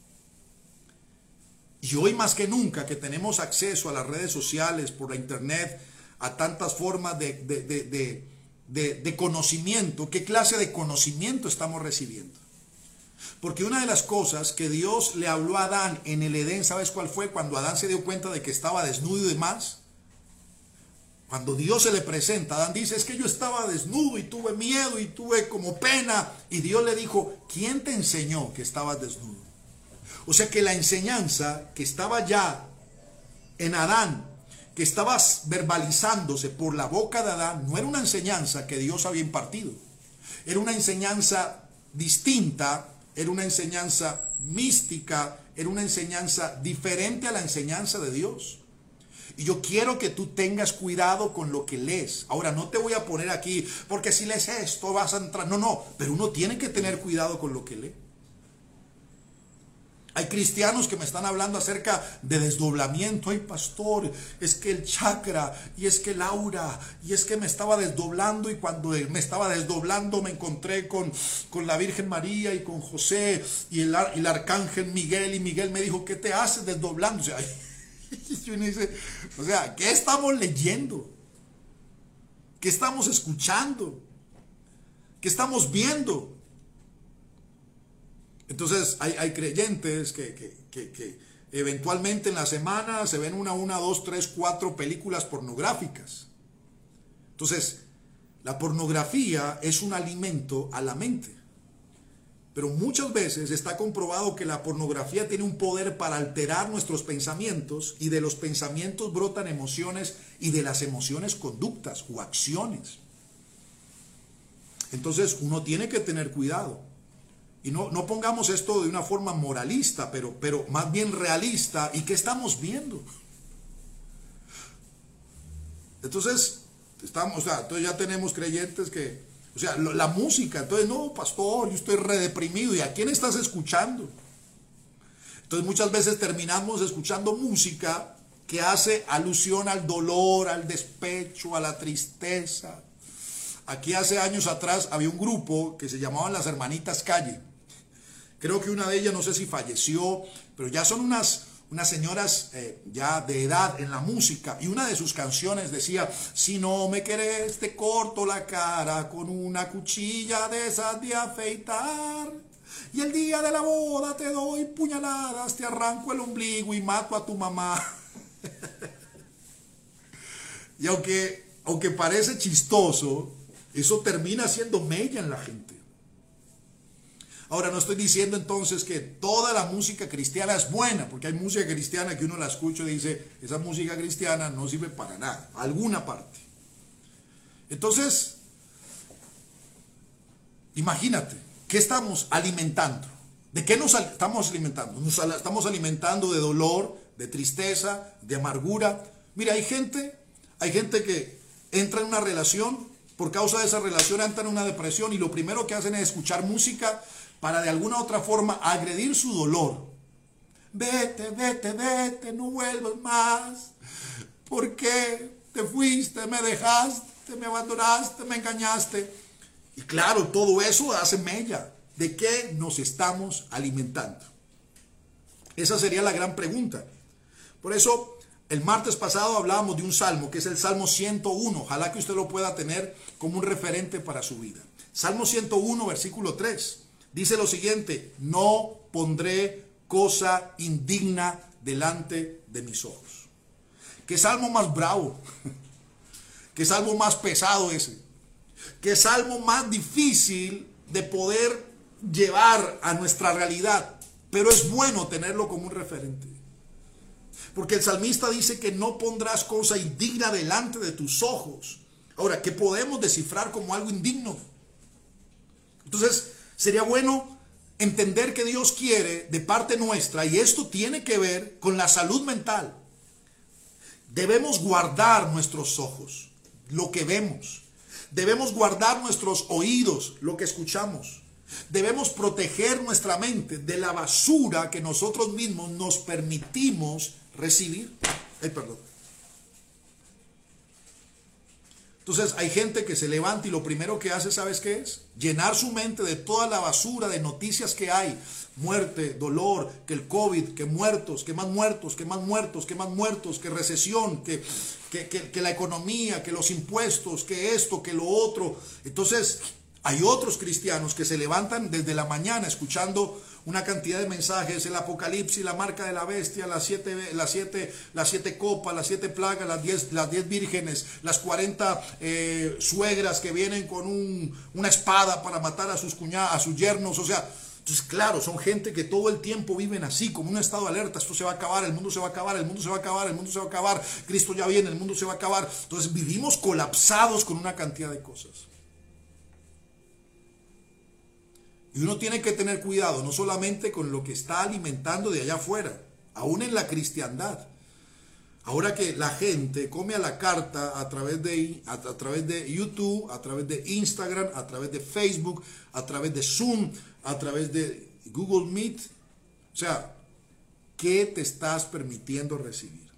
Y hoy más que nunca que tenemos acceso a las redes sociales, por la internet, a tantas formas de, de, de, de, de, de conocimiento, ¿qué clase de conocimiento estamos recibiendo? Porque una de las cosas que Dios le habló a Adán en el Edén, ¿sabes cuál fue? Cuando Adán se dio cuenta de que estaba desnudo y demás. Cuando Dios se le presenta, Adán dice, es que yo estaba desnudo y tuve miedo y tuve como pena. Y Dios le dijo, ¿quién te enseñó que estabas desnudo? O sea que la enseñanza que estaba ya en Adán, que estaba verbalizándose por la boca de Adán, no era una enseñanza que Dios había impartido. Era una enseñanza distinta, era una enseñanza mística, era una enseñanza diferente a la enseñanza de Dios. Y yo quiero que tú tengas cuidado con lo que lees. Ahora, no te voy a poner aquí, porque si lees esto vas a entrar. No, no, pero uno tiene que tener cuidado con lo que lee. Hay cristianos que me están hablando acerca de desdoblamiento. Ay, pastor, es que el chakra, y es que el aura, y es que me estaba desdoblando, y cuando me estaba desdoblando me encontré con, con la Virgen María y con José y el, y el arcángel Miguel, y Miguel me dijo, ¿qué te haces desdoblando? O sea, y uno dice, o sea, ¿qué estamos leyendo? ¿Qué estamos escuchando? ¿Qué estamos viendo? Entonces hay, hay creyentes que, que, que, que eventualmente en la semana se ven una, una, dos, tres, cuatro películas pornográficas. Entonces, la pornografía es un alimento a la mente. Pero muchas veces está comprobado que la pornografía tiene un poder para alterar nuestros pensamientos, y de los pensamientos brotan emociones, y de las emociones conductas o acciones. Entonces uno tiene que tener cuidado. Y no, no pongamos esto de una forma moralista, pero, pero más bien realista. ¿Y qué estamos viendo? Entonces, estamos, o sea, entonces ya tenemos creyentes que, o sea, lo, la música, entonces, no, pastor, yo estoy redeprimido. ¿Y a quién estás escuchando? Entonces muchas veces terminamos escuchando música que hace alusión al dolor, al despecho, a la tristeza. Aquí hace años atrás había un grupo que se llamaban las Hermanitas Calle. Creo que una de ellas, no sé si falleció, pero ya son unas, unas señoras eh, ya de edad en la música. Y una de sus canciones decía: si no me querés, te corto la cara con una cuchilla de esas de afeitar. Y el día de la boda te doy puñaladas, te arranco el ombligo y mato a tu mamá. Y aunque, aunque parece chistoso, eso termina siendo mella en la gente. Ahora, no estoy diciendo entonces que toda la música cristiana es buena, porque hay música cristiana que uno la escucha y dice: esa música cristiana no sirve para nada, alguna parte. Entonces, imagínate, ¿qué estamos alimentando? ¿De qué nos estamos alimentando? Nos estamos alimentando de dolor, de tristeza, de amargura. Mira, hay gente, hay gente que entra en una relación, por causa de esa relación entra en una depresión y lo primero que hacen es escuchar música para de alguna u otra forma agredir su dolor. Vete, vete, vete, no vuelvas más. ¿Por qué te fuiste, me dejaste, me abandonaste, me engañaste? Y claro, todo eso hace mella. ¿De qué nos estamos alimentando? Esa sería la gran pregunta. Por eso, el martes pasado hablábamos de un salmo, que es el Salmo ciento uno. Ojalá que usted lo pueda tener como un referente para su vida. Salmo ciento uno, versículo tres. Dice lo siguiente: no pondré cosa indigna delante de mis ojos. ¿Qué salmo más bravo? ¿Qué salmo más pesado ese? ¿Qué salmo más difícil de poder llevar a nuestra realidad? Pero es bueno tenerlo como un referente. Porque el salmista dice que no pondrás cosa indigna delante de tus ojos. Ahora, ¿qué podemos descifrar como algo indigno? Entonces, sería bueno entender que Dios quiere de parte nuestra, y esto tiene que ver con la salud mental. Debemos guardar nuestros ojos, lo que vemos. Debemos guardar nuestros oídos, lo que escuchamos. Debemos proteger nuestra mente de la basura que nosotros mismos nos permitimos recibir. Ay, perdón. Entonces hay gente que se levanta y lo primero que hace, ¿sabes qué es? Llenar su mente de toda la basura de noticias que hay. Muerte, dolor, que el COVID, que muertos, que más muertos, que más muertos, que más muertos, que recesión, que, que, que, que la economía, que los impuestos, que esto, que lo otro. Entonces hay otros cristianos que se levantan desde la mañana escuchando una cantidad de mensajes: el Apocalipsis, la marca de la bestia, las siete, las siete, las siete copas, las siete plagas, las diez, las diez vírgenes, las cuarenta eh, suegras que vienen con un, una espada para matar a sus cuñadas, a sus yernos. O sea, entonces claro, son gente que todo el tiempo viven así, como un estado de alerta: esto se va a acabar, el mundo se va a acabar, el mundo se va a acabar, el mundo se va a acabar, Cristo ya viene, el mundo se va a acabar. Entonces vivimos colapsados con una cantidad de cosas. Y uno tiene que tener cuidado, no solamente con lo que está alimentando de allá afuera, aún en la cristiandad. Ahora que la gente come a la carta a través de, a, a través de YouTube, a través de Instagram, a través de Facebook, a través de Zoom, a través de Google Meet. O sea, ¿qué te estás permitiendo recibir?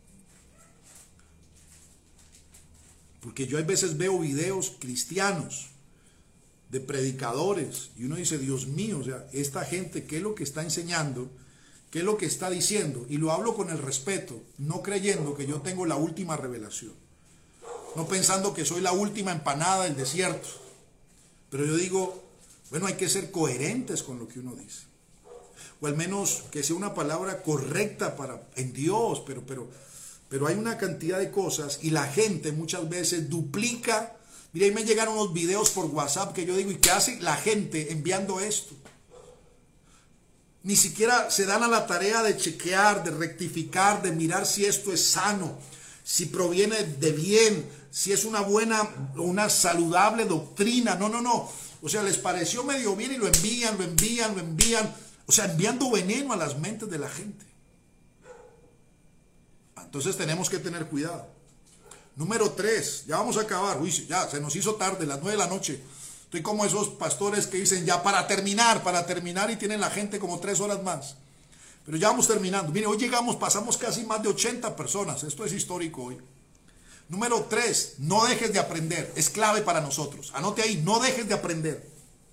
Porque yo a veces veo videos cristianos de predicadores y uno dice: Dios mío, o sea, esta gente, ¿qué es lo que está enseñando? ¿Qué es lo que está diciendo? Y lo hablo con el respeto, no creyendo que yo tengo la última revelación, no pensando que soy la última empanada del desierto, pero yo digo, bueno, hay que ser coherentes con lo que uno dice, o al menos que sea una palabra correcta para, en Dios, pero, pero, pero hay una cantidad de cosas y la gente muchas veces duplica. Mira, ahí me llegaron unos videos por WhatsApp que yo digo: ¿y qué hace la gente enviando esto? Ni siquiera se dan a la tarea de chequear, de rectificar, de mirar si esto es sano, si proviene de bien, si es una buena, una saludable doctrina. No, no, no. O sea, les pareció medio bien y lo envían, lo envían, lo envían. O sea, enviando veneno a las mentes de la gente. Entonces tenemos que tener cuidado. Número tres, ya vamos a acabar. Uy, ya se nos hizo tarde, las nueve de la noche. Estoy como esos pastores que dicen ya para terminar, para terminar y tienen la gente como tres horas más. Pero ya vamos terminando. Mire, hoy llegamos, pasamos casi más de ochenta personas. Esto es histórico hoy. Número tres, no dejes de aprender. Es clave para nosotros. Anote ahí, no dejes de aprender.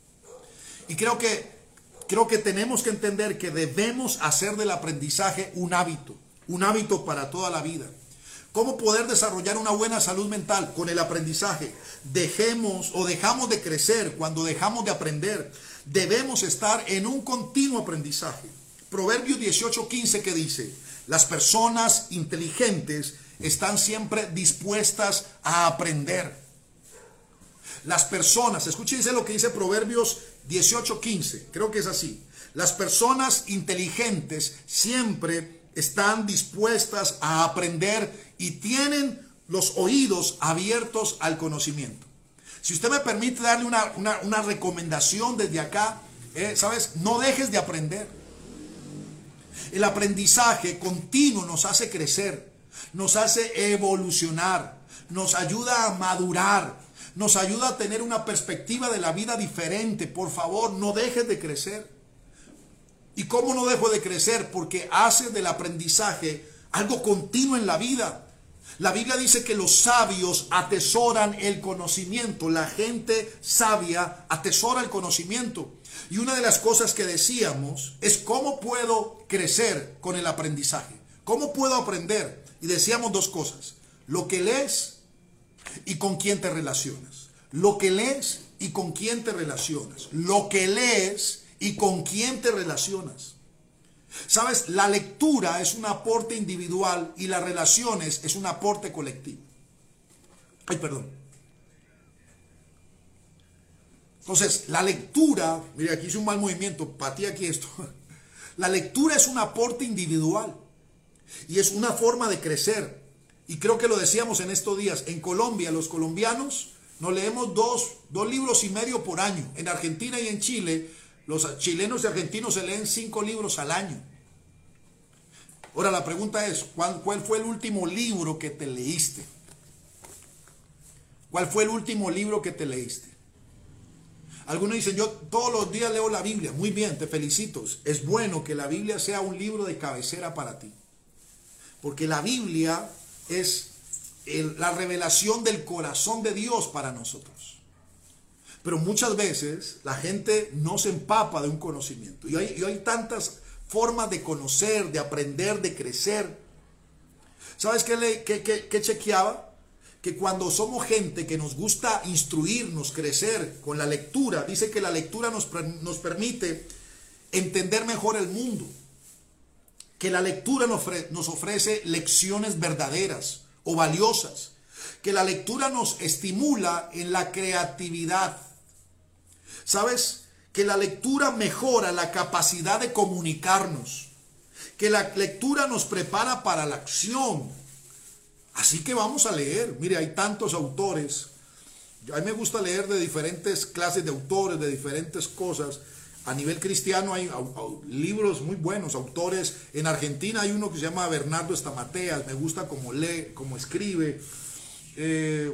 Y creo que, creo que tenemos que entender que debemos hacer del aprendizaje un hábito. Un hábito para toda la vida. ¿Cómo poder desarrollar una buena salud mental? Con el aprendizaje. Dejemos o dejamos de crecer cuando dejamos de aprender. Debemos estar en un continuo aprendizaje. Proverbios dieciocho quince que dice, las personas inteligentes están siempre dispuestas a aprender. Las personas, escúchense lo que dice Proverbios dieciocho quince, creo que es así. Las personas inteligentes siempre están dispuestas a aprender y tienen los oídos abiertos al conocimiento. Si usted me permite darle una, una, una recomendación desde acá, eh, ¿sabes? No dejes de aprender. El aprendizaje continuo nos hace crecer, nos hace evolucionar, nos ayuda a madurar, nos ayuda a tener una perspectiva de la vida diferente. Por favor, no dejes de crecer. ¿Y cómo no dejo de crecer? Porque hace del aprendizaje algo continuo en la vida. La Biblia dice que los sabios atesoran el conocimiento. La gente sabia atesora el conocimiento. Y una de las cosas que decíamos es cómo puedo crecer con el aprendizaje. ¿Cómo puedo aprender? Y decíamos dos cosas. Lo que lees y con quién te relacionas. Lo que lees y con quién te relacionas. Lo que lees y con quién te relacionas. Sabes, la lectura es un aporte individual y las relaciones es un aporte colectivo. Ay, perdón. Entonces, la lectura, mire, aquí hice un mal movimiento, patí aquí esto. La lectura es un aporte individual y es una forma de crecer. Y creo que lo decíamos en estos días. En Colombia, los colombianos nos leemos dos, dos libros y medio por año. En Argentina y en Chile, los chilenos y argentinos se leen cinco libros al año. Ahora la pregunta es, ¿cuál, cuál fue el último libro que te leíste? ¿Cuál fue el último libro que te leíste? Algunos dicen, yo todos los días leo la Biblia. Muy bien, te felicito. Es bueno que la Biblia sea un libro de cabecera para ti. Porque la Biblia es el, la revelación del corazón de Dios para nosotros. Pero muchas veces la gente no se empapa de un conocimiento. Y hay, y hay tantas formas de conocer, de aprender, de crecer. ¿Sabes qué, le, qué, qué, qué chequeaba? Que cuando somos gente que nos gusta instruirnos, crecer con la lectura, dice que la lectura nos, nos permite entender mejor el mundo. Que la lectura nos, nos ofrece lecciones verdaderas o valiosas. Que la lectura nos estimula en la creatividad. ¿Sabes? Que la lectura mejora la capacidad de comunicarnos. Que la lectura nos prepara para la acción. Así que vamos a leer. Mire, hay tantos autores. A mí me gusta leer de diferentes clases de autores, de diferentes cosas. A nivel cristiano hay libros muy buenos, autores. En Argentina hay uno que se llama Bernardo Estamateas. Me gusta cómo lee, cómo escribe. Eh,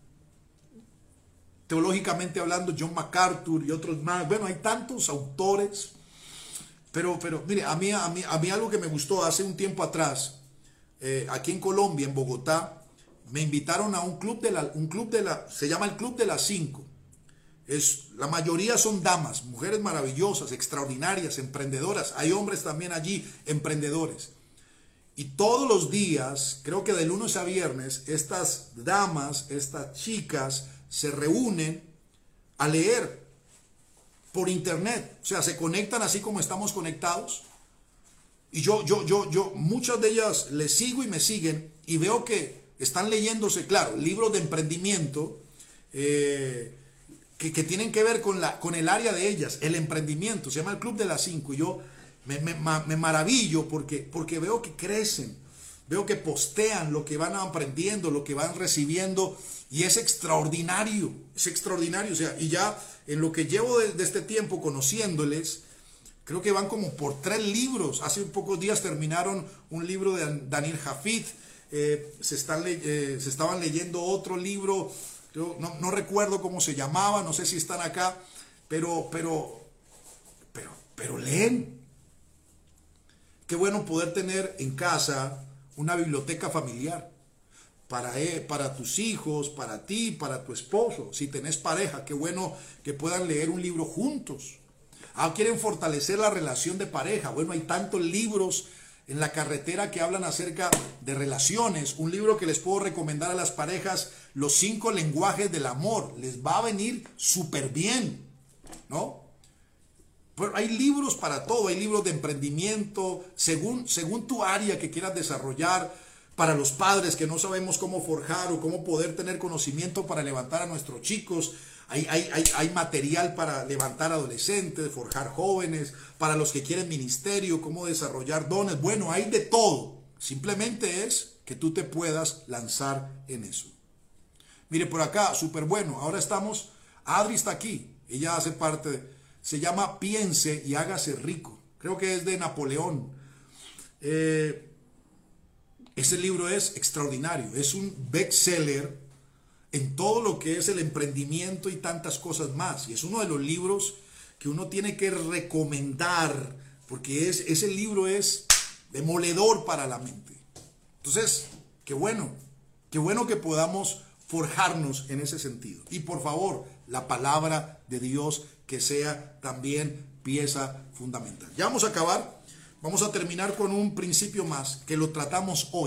teológicamente hablando, John MacArthur y otros más. Bueno, hay tantos autores. Pero, pero mire, a mí, a mí, a mí algo que me gustó hace un tiempo atrás. Eh, aquí en Colombia, en Bogotá, me invitaron a un club de la, un club de la, se llama el Club de las Cinco. Es, la mayoría son damas, mujeres maravillosas, extraordinarias, emprendedoras. Hay hombres también allí, emprendedores. Y todos los días, creo que de lunes a viernes, estas damas, estas chicas, se reúnen a leer por internet. O sea, se conectan así como estamos conectados. Y yo, yo, yo, yo, muchas de ellas les sigo y me siguen y veo que están leyéndose, claro, libros de emprendimiento eh, que, que tienen que ver con, la, con el área de ellas, el emprendimiento. Se llama el Club de las Cinco y yo me, me, me maravillo porque, porque veo que crecen, veo que postean lo que van aprendiendo, lo que van recibiendo, y es extraordinario, es extraordinario. O sea, y ya en lo que llevo de, de este tiempo conociéndoles, creo que van como por tres libros. Hace pocos días terminaron un libro de Daniel Jafid, eh, se, están eh, se estaban leyendo otro libro, yo no, no recuerdo cómo se llamaba, no sé si están acá, pero, pero, pero, pero leen. Qué bueno poder tener en casa una biblioteca familiar para, para tus hijos, para ti, para tu esposo. Si tenés pareja, qué bueno que puedan leer un libro juntos. Ah, quieren fortalecer la relación de pareja. Bueno, hay tantos libros en la carretera que hablan acerca de relaciones. Un libro que les puedo recomendar a las parejas, Los cinco lenguajes del amor. Les va a venir súper bien, ¿no? Pero hay libros para todo, hay libros de emprendimiento, según, según tu área que quieras desarrollar. Para los padres que no sabemos cómo forjar o cómo poder tener conocimiento para levantar a nuestros chicos, hay, hay, hay, hay material para levantar adolescentes, forjar jóvenes, para los que quieren ministerio, cómo desarrollar dones. Bueno, hay de todo. Simplemente es que tú te puedas lanzar en eso. Mire, por acá, súper bueno. Ahora estamos, Adri está aquí, ella hace parte de... Se llama Piense y hágase rico. Creo que es de Napoleón. Eh, ese libro es extraordinario. Es un bestseller en todo lo que es el emprendimiento y tantas cosas más. Y es uno de los libros que uno tiene que recomendar, porque es, ese libro es demoledor para la mente. Entonces, qué bueno. Qué bueno que podamos forjarnos en ese sentido. Y por favor, la palabra de Dios que sea también pieza fundamental. Ya vamos a acabar. Vamos a terminar con un principio más que lo tratamos hoy.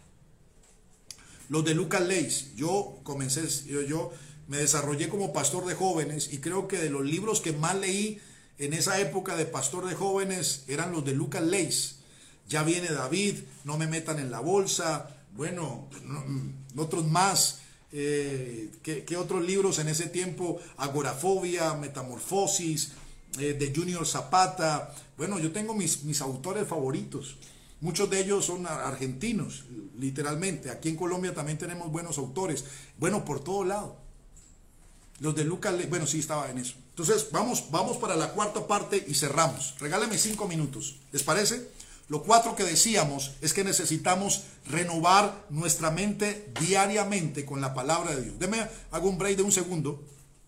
Los de Lucas Leis. Yo comencé, yo, yo me desarrollé como pastor de jóvenes y creo que de los libros que más leí en esa época de pastor de jóvenes eran los de Lucas Leis. Ya viene David, No me metan en la bolsa. Bueno, otros más. Eh, ¿qué, ¿Qué otros libros en ese tiempo? Agorafobia, Metamorfosis, eh, de Junior Zapata. Bueno, yo tengo mis, mis autores favoritos. Muchos de ellos son argentinos, literalmente. Aquí en Colombia también tenemos buenos autores. Bueno, por todo lado. Los de Lucas, bueno, sí estaba en eso. Entonces, vamos, vamos para la cuarta parte y cerramos. Regálame cinco minutos. ¿Les parece? Lo cuatro que decíamos es que necesitamos renovar nuestra mente diariamente con la palabra de Dios. Deme, hago un break de un segundo.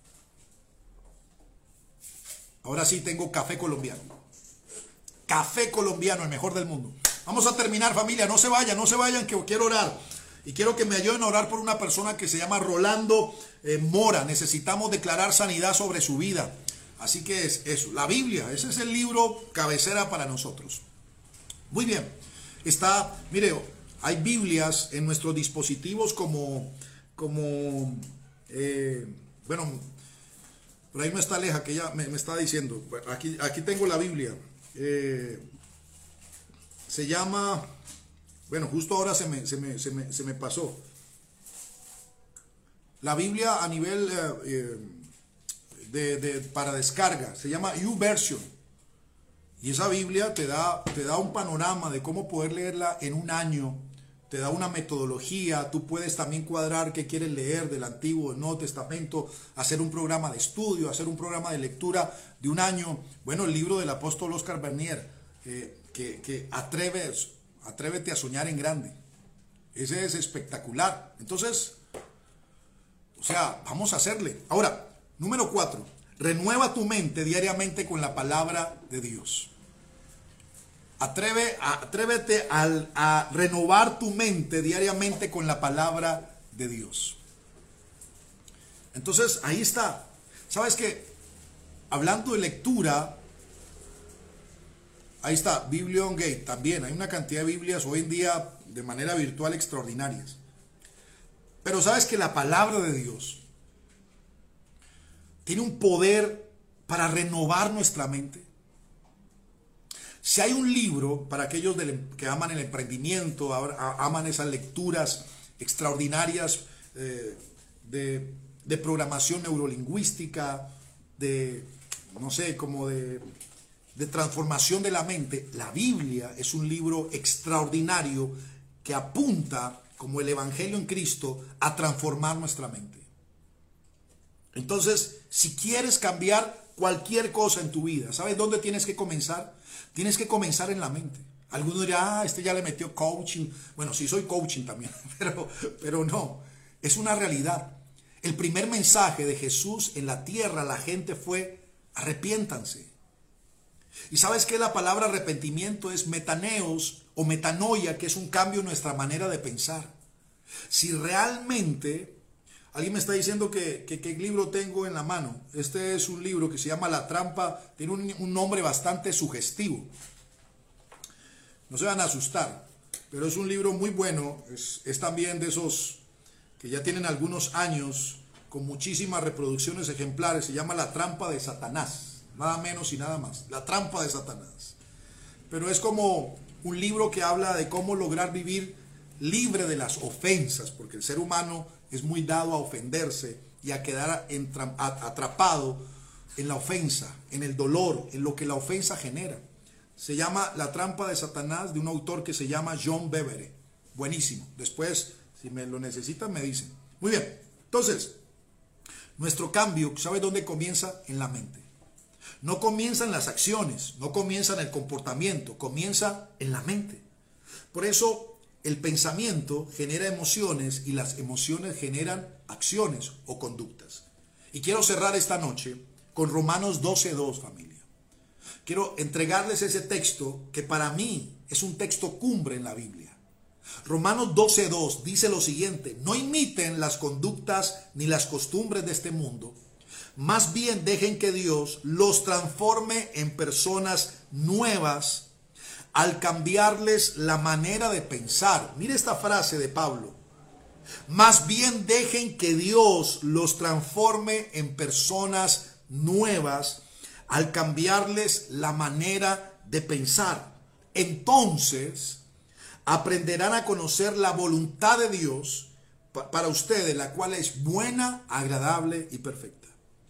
Ahora sí tengo café colombiano. Café colombiano, el mejor del mundo. Vamos a terminar, familia. No se vayan, no se vayan, que quiero orar. Y quiero que me ayuden a orar por una persona que se llama Rolando eh, Mora. Necesitamos declarar sanidad sobre su vida. Así que es eso. La Biblia, ese es el libro cabecera para nosotros. Muy bien, está, mire, hay Biblias en nuestros dispositivos como, como, eh, bueno, por ahí no está Aleja, que ella me, me está diciendo, aquí, aquí tengo la Biblia, eh, se llama, bueno, justo ahora se me, se me, se me, se me pasó, la Biblia a nivel eh, de, de, para descarga, se llama YouVersion. Y esa Biblia te da, te da un panorama de cómo poder leerla en un año, te da una metodología, tú puedes también cuadrar qué quieres leer del Antiguo, del Nuevo Testamento, hacer un programa de estudio, hacer un programa de lectura de un año. Bueno, el libro del apóstol Oscar Bernier, eh, que, que atreves, atrévete a soñar en grande. Ese es espectacular. Entonces, o sea, vamos a hacerle. Ahora, número cuatro. Renueva tu mente diariamente con la palabra de Dios. Atreve, atrévete a, a renovar tu mente diariamente con la palabra de Dios. Entonces, ahí está. ¿Sabes qué? Hablando de lectura, ahí está, Biblion Gate también. Hay una cantidad de Biblias hoy en día de manera virtual extraordinarias. Pero ¿sabes que la palabra de Dios tiene un poder para renovar nuestra mente? Si hay un libro para aquellos que aman el emprendimiento, aman esas lecturas extraordinarias eh, de, de programación neurolingüística, de, no sé, como de, de transformación de la mente, la Biblia es un libro extraordinario que apunta, como el Evangelio en Cristo, a transformar nuestra mente. Entonces, si quieres cambiar cualquier cosa en tu vida, ¿sabes dónde tienes que comenzar? Tienes que comenzar en la mente. Algunos dirán, ah, este ya le metió coaching. Bueno, sí soy coaching también, pero, pero no, es una realidad. El primer mensaje de Jesús en la tierra a la gente fue, arrepiéntanse. ¿Y sabes qué? La palabra arrepentimiento es metaneos o metanoia, que es un cambio en nuestra manera de pensar. Si realmente, alguien me está diciendo que, que, qué libro tengo en la mano. Este es un libro que se llama La Trampa, tiene un, un nombre bastante sugestivo. No se van a asustar, pero es un libro muy bueno, es, es también de esos que ya tienen algunos años, con muchísimas reproducciones ejemplares. Se llama La Trampa de Satanás, nada menos y nada más, La Trampa de Satanás. Pero es como un libro que habla de cómo lograr vivir libre de las ofensas, porque el ser humano es muy dado a ofenderse y a quedar atrapado en la ofensa, en el dolor, en lo que la ofensa genera. Se llama La Trampa de Satanás, de un autor que se llama John Bevere. Buenísimo. Después, si me lo necesitan, me dicen. Muy bien. Entonces, nuestro cambio, ¿sabe dónde comienza? En la mente. No comienza en las acciones, no comienza en el comportamiento, comienza en la mente. Por eso, el pensamiento genera emociones y las emociones generan acciones o conductas. Y quiero cerrar esta noche con Romanos doce dos, familia. Quiero entregarles ese texto que para mí es un texto cumbre en la Biblia. Romanos doce dos dice lo siguiente: no imiten las conductas ni las costumbres de este mundo, más bien dejen que Dios los transforme en personas nuevas al cambiarles la manera de pensar. Mire esta frase de Pablo: más bien dejen que Dios los transforme en personas nuevas al cambiarles la manera de pensar. Entonces aprenderán a conocer la voluntad de Dios para ustedes, la cual es buena, agradable y perfecta.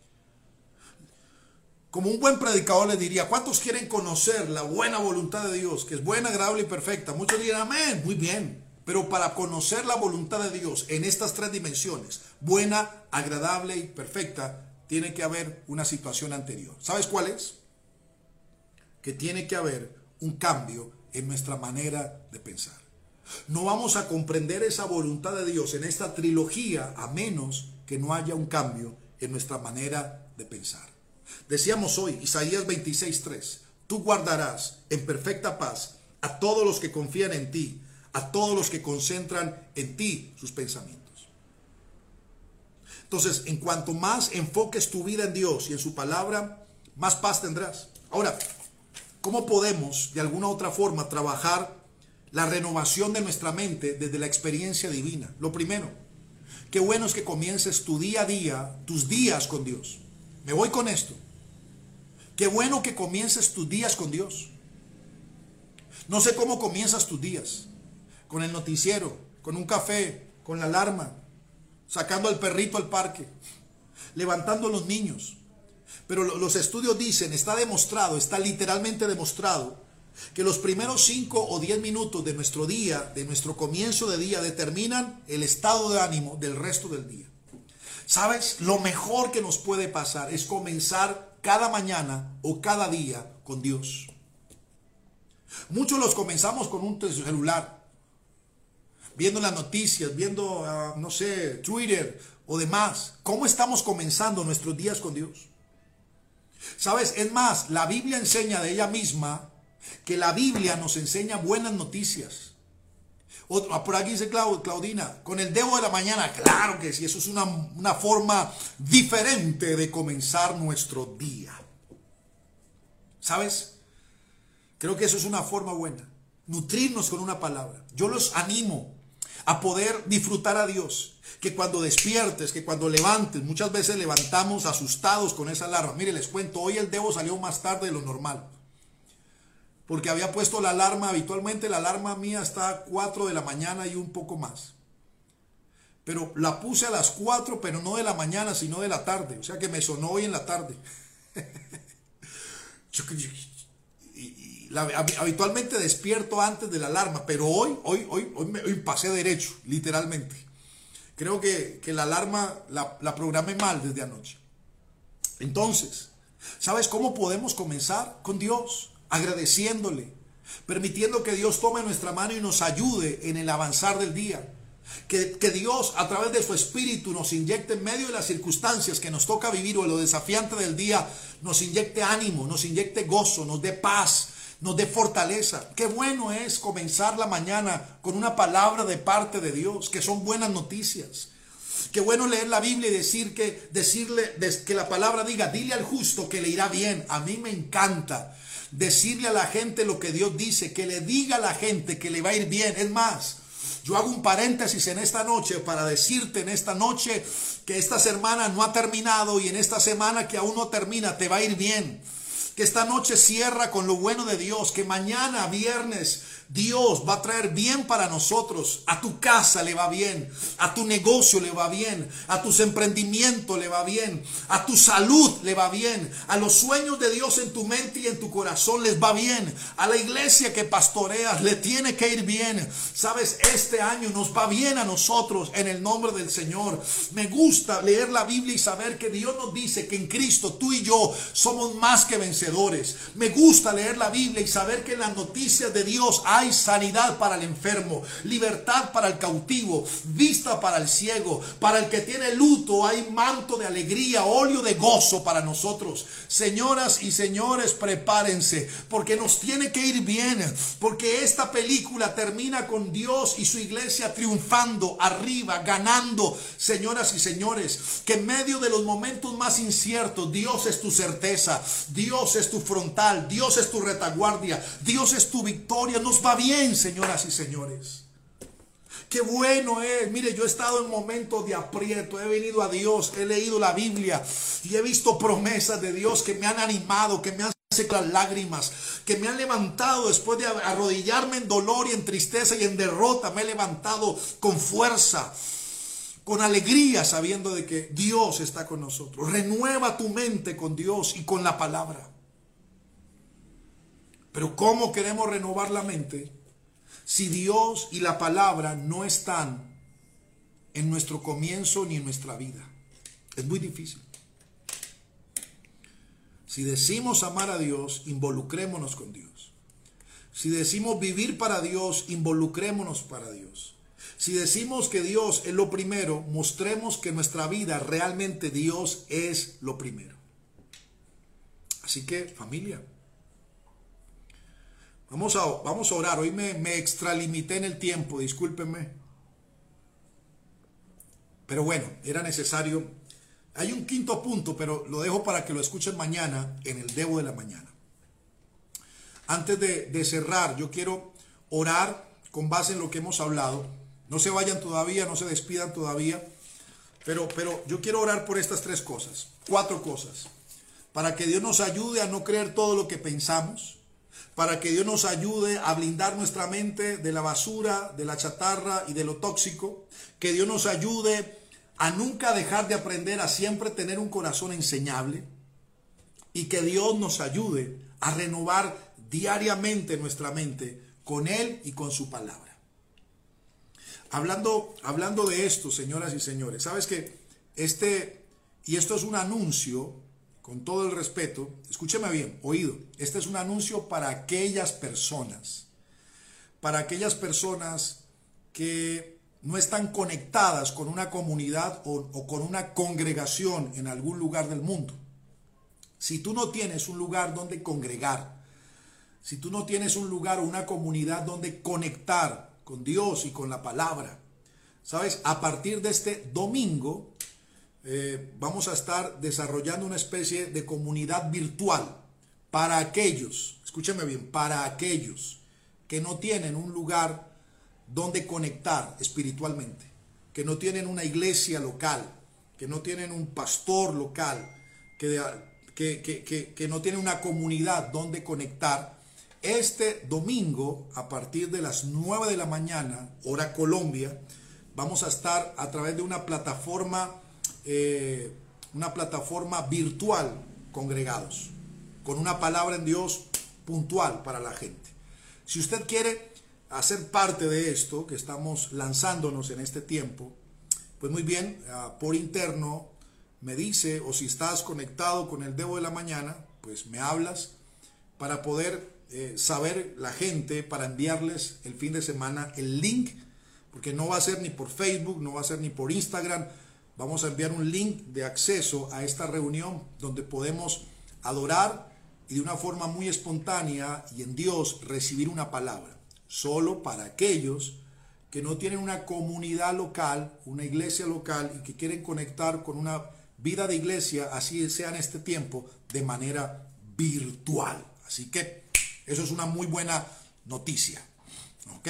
Como un buen predicador les diría, ¿cuántos quieren conocer la buena voluntad de Dios, que es buena, agradable y perfecta? Muchos dirán, amén, muy bien. Pero para conocer la voluntad de Dios en estas tres dimensiones, buena, agradable y perfecta, tiene que haber una situación anterior. ¿Sabes cuál es? Que tiene que haber un cambio en nuestra manera de pensar. No vamos a comprender esa voluntad de Dios en esta trilogía a menos que no haya un cambio en nuestra manera de pensar. Decíamos hoy, Isaías veintiséis tres, tú guardarás en perfecta paz a todos los que confían en ti, a todos los que concentran en ti sus pensamientos. Entonces, en cuanto más enfoques tu vida en Dios y en su palabra, más paz tendrás. Ahora, ¿cómo podemos de alguna u otra forma trabajar la renovación de nuestra mente desde la experiencia divina? Lo primero, qué bueno es que comiences tu día a día, tus días con Dios. Me voy con esto. Qué bueno que comiences tus días con Dios. No sé cómo comienzas tus días. Con el noticiero, con un café, con la alarma, sacando al perrito al parque, levantando a los niños. Pero los estudios dicen, está demostrado, está literalmente demostrado, que los primeros cinco o diez minutos de nuestro día, de nuestro comienzo de día, determinan el estado de ánimo del resto del día. ¿Sabes? Lo mejor que nos puede pasar es comenzar cada mañana o cada día con Dios. Muchos los comenzamos con un celular, viendo las noticias, viendo, uh, no sé, Twitter o demás. ¿Cómo estamos comenzando nuestros días con Dios? ¿Sabes? Es más, la Biblia enseña de ella misma que la Biblia nos enseña buenas noticias. Otro, por aquí dice Claudina, con el dedo de la mañana. Claro que sí, eso es una, una forma diferente de comenzar nuestro día. ¿Sabes? Creo que eso es una forma buena. Nutrirnos con una palabra. Yo los animo a poder disfrutar a Dios. Que cuando despiertes, que cuando levantes, muchas veces levantamos asustados con esa alarma. Mire, les cuento, hoy el Debo salió más tarde de lo normal. Porque había puesto la alarma, habitualmente la alarma mía está a cuatro de la mañana y un poco más. Pero la puse a las cuatro, pero no de la mañana, sino de la tarde. O sea que me sonó hoy en la tarde. y, y la, habitualmente despierto antes de la alarma, pero hoy, hoy, hoy, hoy, me, hoy pasé derecho, literalmente. Creo que, que la alarma la, la programé mal desde anoche. Entonces, ¿sabes cómo podemos comenzar? Con Dios, agradeciéndole, permitiendo que Dios tome nuestra mano y nos ayude en el avanzar del día. Que, que Dios a través de su Espíritu nos inyecte en medio de las circunstancias que nos toca vivir o de lo desafiante del día, nos inyecte ánimo, nos inyecte gozo, nos dé paz, nos dé fortaleza. Qué bueno es comenzar la mañana con una palabra de parte de Dios, que son buenas noticias. Qué bueno leer la Biblia y decir que, decirle, que la palabra diga, dile al justo que le irá bien. A mí me encanta decirle a la gente lo que Dios dice, que le diga a la gente que le va a ir bien. Es más, yo hago un paréntesis en esta noche para decirte en esta noche que esta semana no ha terminado y en esta semana que aún no termina te va a ir bien. Que esta noche cierra con lo bueno de Dios, que mañana viernes Dios va a traer bien para nosotros. A tu casa le va bien, a tu negocio le va bien, a tus emprendimientos le va bien, a tu salud le va bien, a los sueños de Dios en tu mente y en tu corazón les va bien, a la iglesia que pastoreas le tiene que ir bien. Sabes, este año nos va bien a nosotros en el nombre del Señor. Me gusta leer la Biblia y saber que Dios nos dice que en Cristo tú y yo somos más que vencedores. Me gusta leer la Biblia y saber que en las noticias de Dios hay Hay sanidad para el enfermo, libertad para el cautivo, vista para el ciego, para el que tiene luto hay manto de alegría, óleo de gozo para nosotros. Señoras y señores, prepárense, porque nos tiene que ir bien, porque esta película termina con Dios y su iglesia triunfando arriba, ganando. Señoras y señores, que en medio de los momentos más inciertos, Dios es tu certeza, Dios es tu frontal, Dios es tu retaguardia, Dios es tu victoria. Nos va bien, señoras y señores. Qué bueno es. Mire, yo he estado en momentos de aprieto, he venido a Dios, he leído la Biblia y he visto promesas de Dios que me han animado, que me han secado las lágrimas, que me han levantado después de arrodillarme en dolor y en tristeza y en derrota. Me he levantado con fuerza, con alegría, sabiendo de que Dios está con nosotros. Renueva tu mente con Dios y con la palabra. Pero ¿cómo queremos renovar la mente si Dios y la palabra no están en nuestro comienzo ni en nuestra vida? Es muy difícil. Si decimos amar a Dios, involucrémonos con Dios. Si decimos vivir para Dios, involucrémonos para Dios. Si decimos que Dios es lo primero, mostremos que en nuestra vida realmente Dios es lo primero. Así que, familia, Vamos a, vamos a orar. Hoy me, me extralimité en el tiempo, discúlpenme. Pero bueno, era necesario. Hay un quinto punto, pero lo dejo para que lo escuchen mañana en el Debo de la Mañana. Antes de, de cerrar, yo quiero orar con base en lo que hemos hablado. No se vayan todavía, no se despidan todavía. Pero, pero yo quiero orar por estas tres cosas, cuatro cosas. Para que Dios nos ayude a no creer todo lo que pensamos. Para que Dios nos ayude a blindar nuestra mente de la basura, de la chatarra y de lo tóxico. Que Dios nos ayude a nunca dejar de aprender, a siempre tener un corazón enseñable. Y que Dios nos ayude a renovar diariamente nuestra mente con Él y con su palabra. Hablando, hablando de esto, señoras y señores, ¿sabes qué? Este, y esto es un anuncio. Con todo el respeto, escúcheme bien, oído, este es un anuncio para aquellas personas, para aquellas personas que no están conectadas con una comunidad o, o con una congregación en algún lugar del mundo. Si tú no tienes un lugar donde congregar, si tú no tienes un lugar o una comunidad donde conectar con Dios y con la palabra, ¿sabes? A partir de este domingo, Eh, vamos a estar desarrollando una especie de comunidad virtual para aquellos, escúchame bien, para aquellos que no tienen un lugar donde conectar espiritualmente, que no tienen una iglesia local, que no tienen un pastor local, que, que, que, que, que no tienen una comunidad donde conectar. Este domingo, a partir de las nueve de la mañana, hora Colombia, vamos a estar a través de una plataforma Eh, una plataforma virtual, congregados, con una palabra en Dios puntual para la gente. Si usted quiere hacer parte de esto que estamos lanzándonos en este tiempo, pues muy bien, uh, por interno me dice, o si estás conectado con el Devo de la Mañana, pues me hablas para poder eh, saber la gente, para enviarles el fin de semana el link, porque no va a ser ni por Facebook, no va a ser ni por Instagram. Vamos a enviar un link de acceso a esta reunión donde podemos adorar y de una forma muy espontánea y en Dios recibir una palabra. Solo para aquellos que no tienen una comunidad local, una iglesia local y que quieren conectar con una vida de iglesia, así sea en este tiempo, de manera virtual. Así que eso es una muy buena noticia. ¿Ok?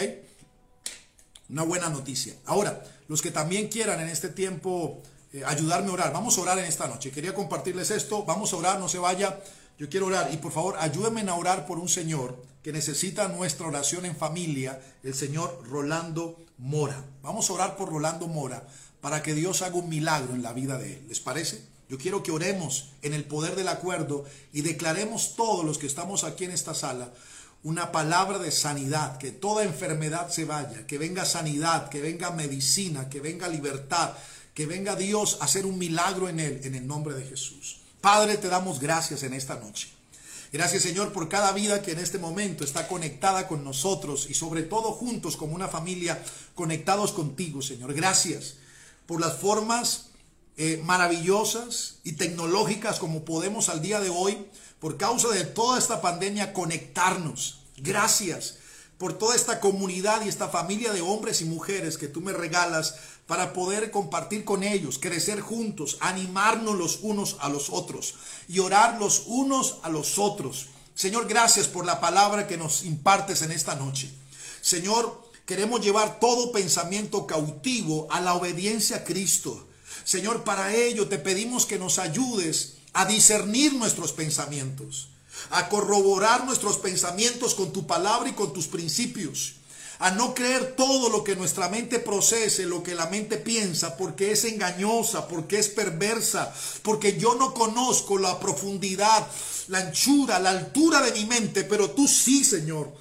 Una buena noticia. Ahora, los que también quieran en este tiempo eh, ayudarme a orar, vamos a orar en esta noche. Quería compartirles esto, vamos a orar, no se vaya. Yo quiero orar y por favor ayúdenme a orar por un señor que necesita nuestra oración en familia, el señor Rolando Mora. Vamos a orar por Rolando Mora para que Dios haga un milagro en la vida de él. ¿Les parece? Yo quiero que oremos en el poder del acuerdo y declaremos todos los que estamos aquí en esta sala una palabra de sanidad, que toda enfermedad se vaya, que venga sanidad, que venga medicina, que venga libertad, que venga Dios a hacer un milagro en él, en el nombre de Jesús. Padre, te damos gracias en esta noche. Gracias, Señor, por cada vida que en este momento está conectada con nosotros y sobre todo juntos como una familia conectados contigo, Señor. Gracias por las formas eh, maravillosas y tecnológicas como podemos al día de hoy, por causa de toda esta pandemia, conectarnos. Gracias por toda esta comunidad y esta familia de hombres y mujeres que tú me regalas para poder compartir con ellos, crecer juntos, animarnos los unos a los otros y orar los unos a los otros. Señor, gracias por la palabra que nos impartes en esta noche. Señor, queremos llevar todo pensamiento cautivo a la obediencia a Cristo. Señor, para ello te pedimos que nos ayudes a discernir nuestros pensamientos, a corroborar nuestros pensamientos con tu palabra y con tus principios, a no creer todo lo que nuestra mente procese, lo que la mente piensa, porque es engañosa, porque es perversa, porque yo no conozco la profundidad, la anchura, la altura de mi mente, pero tú sí, Señor.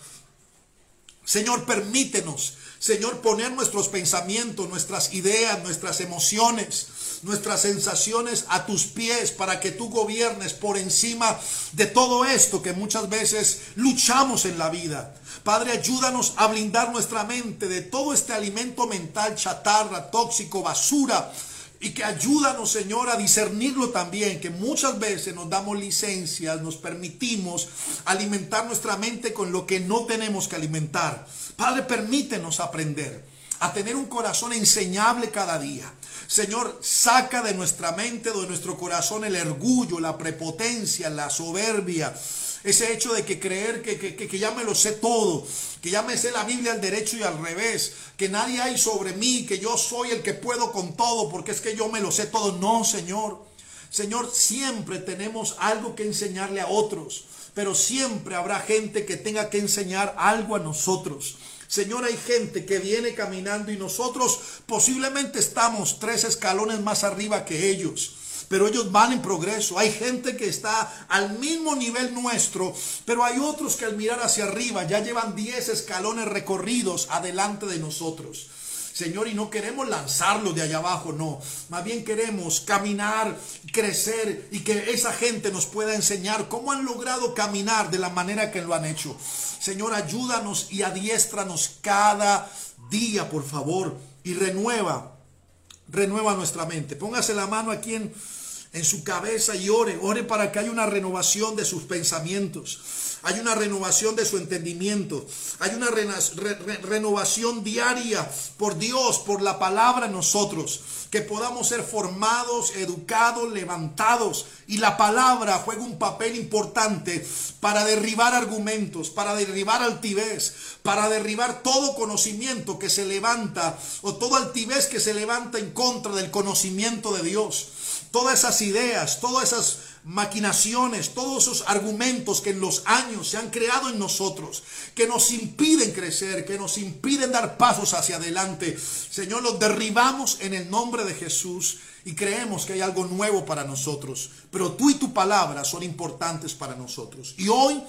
Señor, permítenos, Señor, poner nuestros pensamientos, nuestras ideas, nuestras emociones, nuestras sensaciones a tus pies para que tú gobiernes por encima de todo esto que muchas veces luchamos en la vida. Padre, ayúdanos a blindar nuestra mente de todo este alimento mental, chatarra, tóxico, basura, y que ayúdanos, Señor, a discernirlo también, que muchas veces nos damos licencias, nos permitimos alimentar nuestra mente con lo que no tenemos que alimentar. Padre, permítenos aprender a tener un corazón enseñable cada día. Señor, saca de nuestra mente, de nuestro corazón el orgullo, la prepotencia, la soberbia, ese hecho de que creer que, que, que ya me lo sé todo, que ya me sé la Biblia al derecho y al revés, que nadie hay sobre mí, que yo soy el que puedo con todo, porque es que yo me lo sé todo. No, Señor. Señor, siempre tenemos algo que enseñarle a otros, pero siempre habrá gente que tenga que enseñar algo a nosotros. Señor, hay gente que viene caminando y nosotros posiblemente estamos tres escalones más arriba que ellos, pero ellos van en progreso. Hay gente que está al mismo nivel nuestro, pero hay otros que al mirar hacia arriba ya llevan diez escalones recorridos adelante de nosotros. Señor, y no queremos lanzarlos de allá abajo, no. Más bien queremos caminar, crecer y que esa gente nos pueda enseñar cómo han logrado caminar de la manera que lo han hecho. Señor, ayúdanos y adiéstranos cada día, por favor, y renueva, renueva nuestra mente. Póngase la mano aquí en, en su cabeza y ore, ore para que haya una renovación de sus pensamientos. Hay una renovación de su entendimiento. Hay una re, re, renovación diaria por Dios, por la palabra en nosotros. Que podamos ser formados, educados, levantados. Y la palabra juega un papel importante para derribar argumentos, para derribar altivez, para derribar todo conocimiento que se levanta o toda altivez que se levanta en contra del conocimiento de Dios. Todas esas ideas, todas esas maquinaciones, todos esos argumentos que en los años se han creado en nosotros, que nos impiden crecer, que nos impiden dar pasos hacia adelante. Señor, los derribamos en el nombre de Jesús y creemos que hay algo nuevo para nosotros. Pero tú y tu palabra son importantes para nosotros. Y hoy,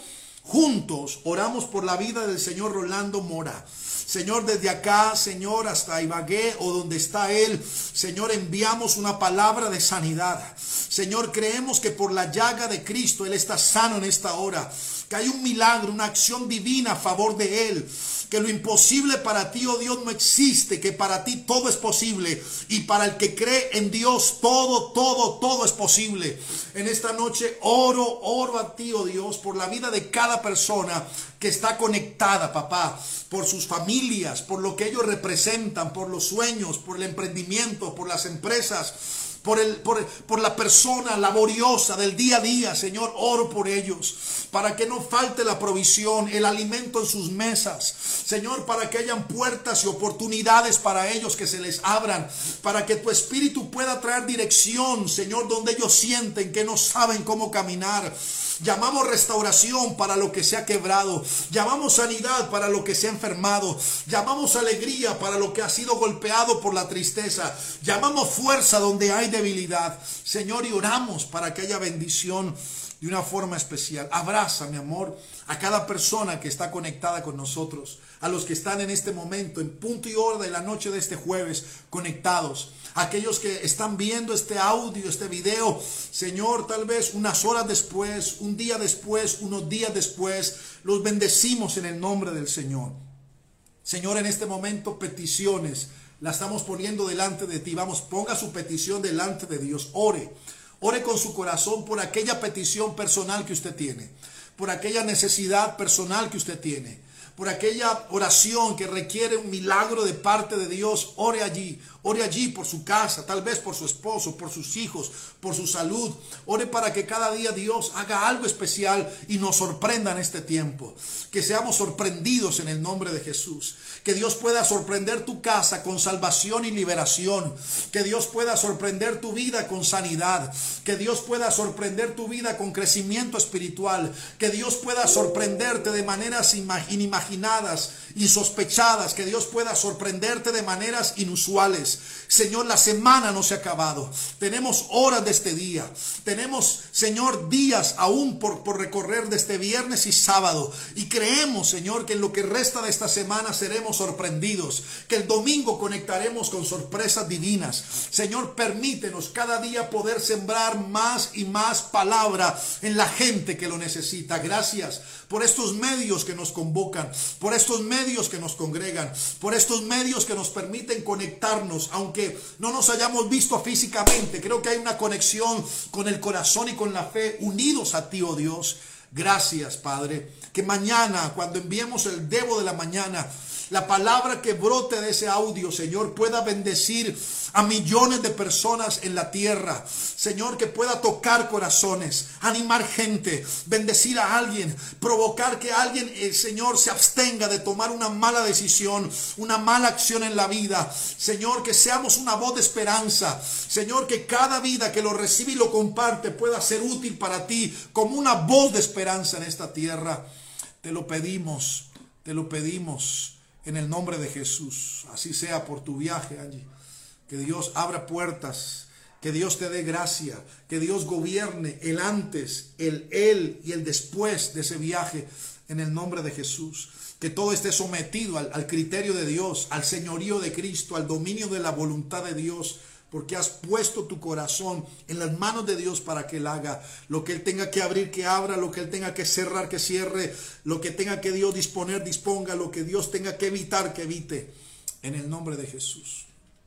juntos oramos por la vida del señor Rolando Mora. Señor, desde acá, Señor, hasta Ibagué o donde está Él, Señor, enviamos una palabra de sanidad. Señor, creemos que por la llaga de Cristo Él está sano en esta hora. Que hay un milagro, una acción divina a favor de Él. Que lo imposible para ti, oh Dios, no existe. Que para ti todo es posible. Y para el que cree en Dios, todo, todo, todo es posible. En esta noche oro, oro a ti, oh Dios, por la vida de cada persona que está conectada, papá. Por sus familias, por lo que ellos representan, por los sueños, por el emprendimiento, por las empresas. Por, el, por, por la persona laboriosa del día a día, Señor, oro por ellos, para que no falte la provisión, el alimento en sus mesas, Señor, para que hayan puertas y oportunidades para ellos que se les abran, para que tu Espíritu pueda traer dirección, Señor, donde ellos sienten que no saben cómo caminar. Llamamos restauración para lo que se ha quebrado. Llamamos sanidad para lo que se ha enfermado. Llamamos alegría para lo que ha sido golpeado por la tristeza. Llamamos fuerza donde hay debilidad. Señor, y oramos para que haya bendición de una forma especial. Abraza, mi amor, a cada persona que está conectada con nosotros. A los que están en este momento, en punto y hora de la noche de este jueves, conectados. Aquellos que están viendo este audio, este video, Señor, tal vez unas horas después, un día después, unos días después, los bendecimos en el nombre del Señor. Señor, en este momento peticiones la estamos poniendo delante de ti. Vamos, ponga su petición delante de Dios. Ore, ore con su corazón por aquella petición personal que usted tiene, por aquella necesidad personal que usted tiene, por aquella oración que requiere un milagro de parte de Dios. Ore allí, ore allí por su casa, tal vez por su esposo, por sus hijos, por su salud. Ore para que cada día Dios haga algo especial y nos sorprenda en este tiempo. Que seamos sorprendidos en el nombre de Jesús. Que Dios pueda sorprender tu casa con salvación y liberación. Que Dios pueda sorprender tu vida con sanidad. Que Dios pueda sorprender tu vida con crecimiento espiritual. Que Dios pueda sorprenderte de maneras inimaginadas, insospechadas. Que Dios pueda sorprenderte de maneras inusuales. Señor, la semana no se ha acabado. Tenemos horas de este día. Tenemos, Señor, días aún por, por recorrer de este viernes y sábado. Y creemos, Señor, que en lo que resta de esta semana seremos sorprendidos. Que el domingo conectaremos con sorpresas divinas. Señor, permítenos cada día poder sembrar más y más palabra en la gente que lo necesita. Gracias por estos medios que nos convocan, por estos medios que nos congregan, por estos medios que nos permiten conectarnos, aunque no nos hayamos visto físicamente. Creo que hay una conexión con el corazón y con la fe, unidos a ti, oh Dios. Gracias, Padre, que mañana, cuando enviemos el Devo de la mañana, la palabra que brote de ese audio, Señor, pueda bendecir a millones de personas en la tierra. Señor, que pueda tocar corazones, animar gente, bendecir a alguien, provocar que alguien, el Señor, se abstenga de tomar una mala decisión, una mala acción en la vida. Señor, que seamos una voz de esperanza. Señor, que cada vida que lo recibe y lo comparte pueda ser útil para ti como una voz de esperanza en esta tierra. Te lo pedimos, te lo pedimos. En el nombre de Jesús, así sea por tu viaje, Angie. Que Dios abra puertas, que Dios te dé gracia, que Dios gobierne el antes, el él y el después de ese viaje en el nombre de Jesús. Que todo esté sometido al, al criterio de Dios, al señorío de Cristo, al dominio de la voluntad de Dios. Porque has puesto tu corazón en las manos de Dios para que Él haga lo que Él tenga que abrir, que abra, lo que Él tenga que cerrar, que cierre, lo que tenga que Dios disponer, disponga, lo que Dios tenga que evitar, que evite, en el nombre de Jesús.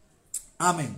Amén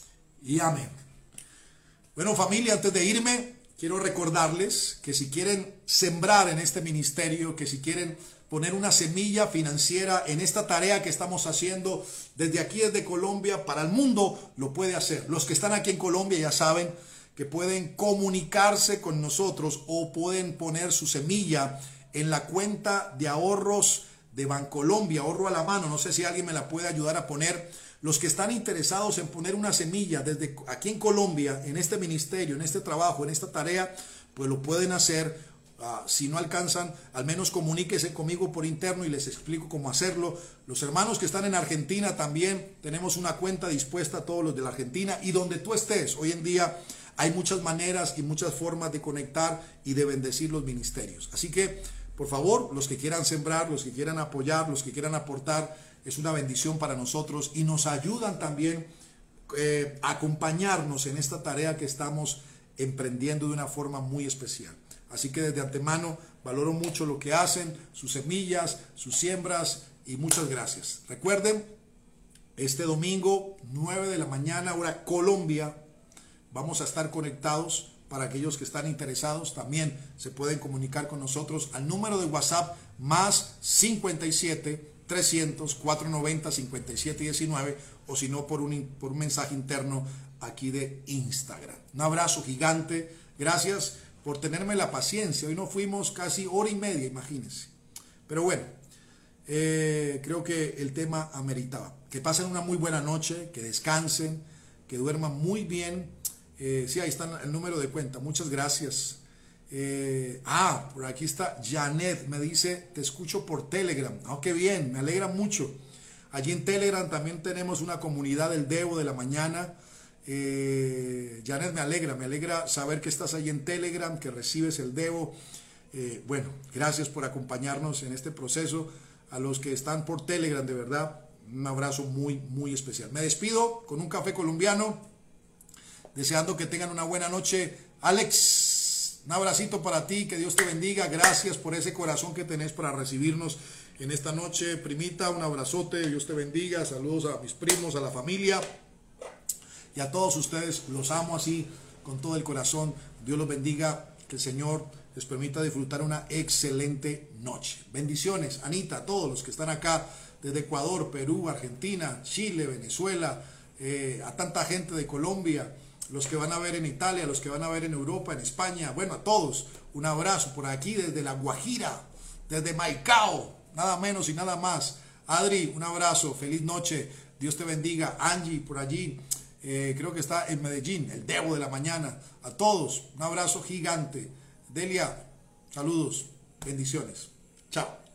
y amén. Bueno, familia, antes de irme, quiero recordarles que si quieren sembrar en este ministerio, que si quieren poner una semilla financiera en esta tarea que estamos haciendo desde aquí, desde Colombia, para el mundo, lo puede hacer. Los que están aquí en Colombia ya saben que pueden comunicarse con nosotros o pueden poner su semilla en la cuenta de ahorros de Bancolombia, ahorro a la mano. No sé si alguien me la puede ayudar a poner. Los que están interesados en poner una semilla desde aquí en Colombia, en este ministerio, en este trabajo, en esta tarea, pues lo pueden hacer. Uh, si no alcanzan, al menos comuníquese conmigo por interno y les explico cómo hacerlo. Los hermanos que están en Argentina también tenemos una cuenta dispuesta a todos los de la Argentina, y donde tú estés. Hoy en día hay muchas maneras y muchas formas de conectar y de bendecir los ministerios. Así que Por favor, los que quieran sembrar, los que quieran apoyar, los que quieran aportar, es una bendición para nosotros y nos ayudan también eh, a acompañarnos en esta tarea que estamos emprendiendo de una forma muy especial. Así que desde antemano valoro mucho lo que hacen, sus semillas, sus siembras y muchas gracias. Recuerden, este domingo, nueve de la mañana, hora Colombia, vamos a estar conectados. Para aquellos que están interesados, también se pueden comunicar con nosotros al número de WhatsApp más cincuenta y siete, trescientos, cuatrocientos noventa, cincuenta y siete diecinueve, o si no por un, por un mensaje interno aquí de Instagram. Un abrazo gigante, gracias por tenerme la paciencia. Hoy no fuimos casi hora y media, imagínense. Pero bueno, eh, creo que el tema ameritaba. Que pasen una muy buena noche, que descansen, que duerman muy bien. Eh, sí, ahí está el número de cuenta. Muchas gracias. Eh, ah, por aquí está Janet. Me dice, te escucho por Telegram. Ah, qué bien, me alegra mucho. Allí en Telegram también tenemos una comunidad del Devo de la mañana. Eh, Janet, me alegra, me alegra saber que estás ahí en Telegram, que recibes el Devo. Eh, bueno, gracias por acompañarnos en este proceso. A los que están por Telegram, de verdad, un abrazo muy, muy especial. Me despido con un café colombiano, deseando que tengan una buena noche. Alex, un abracito para ti, que Dios te bendiga. Gracias por ese corazón que tenés para recibirnos en esta noche. Primita, un abrazote, Dios te bendiga. Saludos a mis primos, a la familia y a todos ustedes. Los amo así, con todo el corazón. Dios los bendiga, que el Señor les permita disfrutar una excelente noche. Bendiciones, Anita, a todos los que están acá desde Ecuador, Perú, Argentina, Chile, Venezuela, eh, a tanta gente de Colombia, los que van a ver en Italia, los que van a ver en Europa, en España, bueno, a todos, un abrazo por aquí desde La Guajira, desde Maicao, nada menos y nada más. Adri, un abrazo, feliz noche, Dios te bendiga. Angie, por allí, eh, creo que está en Medellín, el Devo de la mañana. A todos, un abrazo gigante. Delia, saludos, bendiciones. Chao.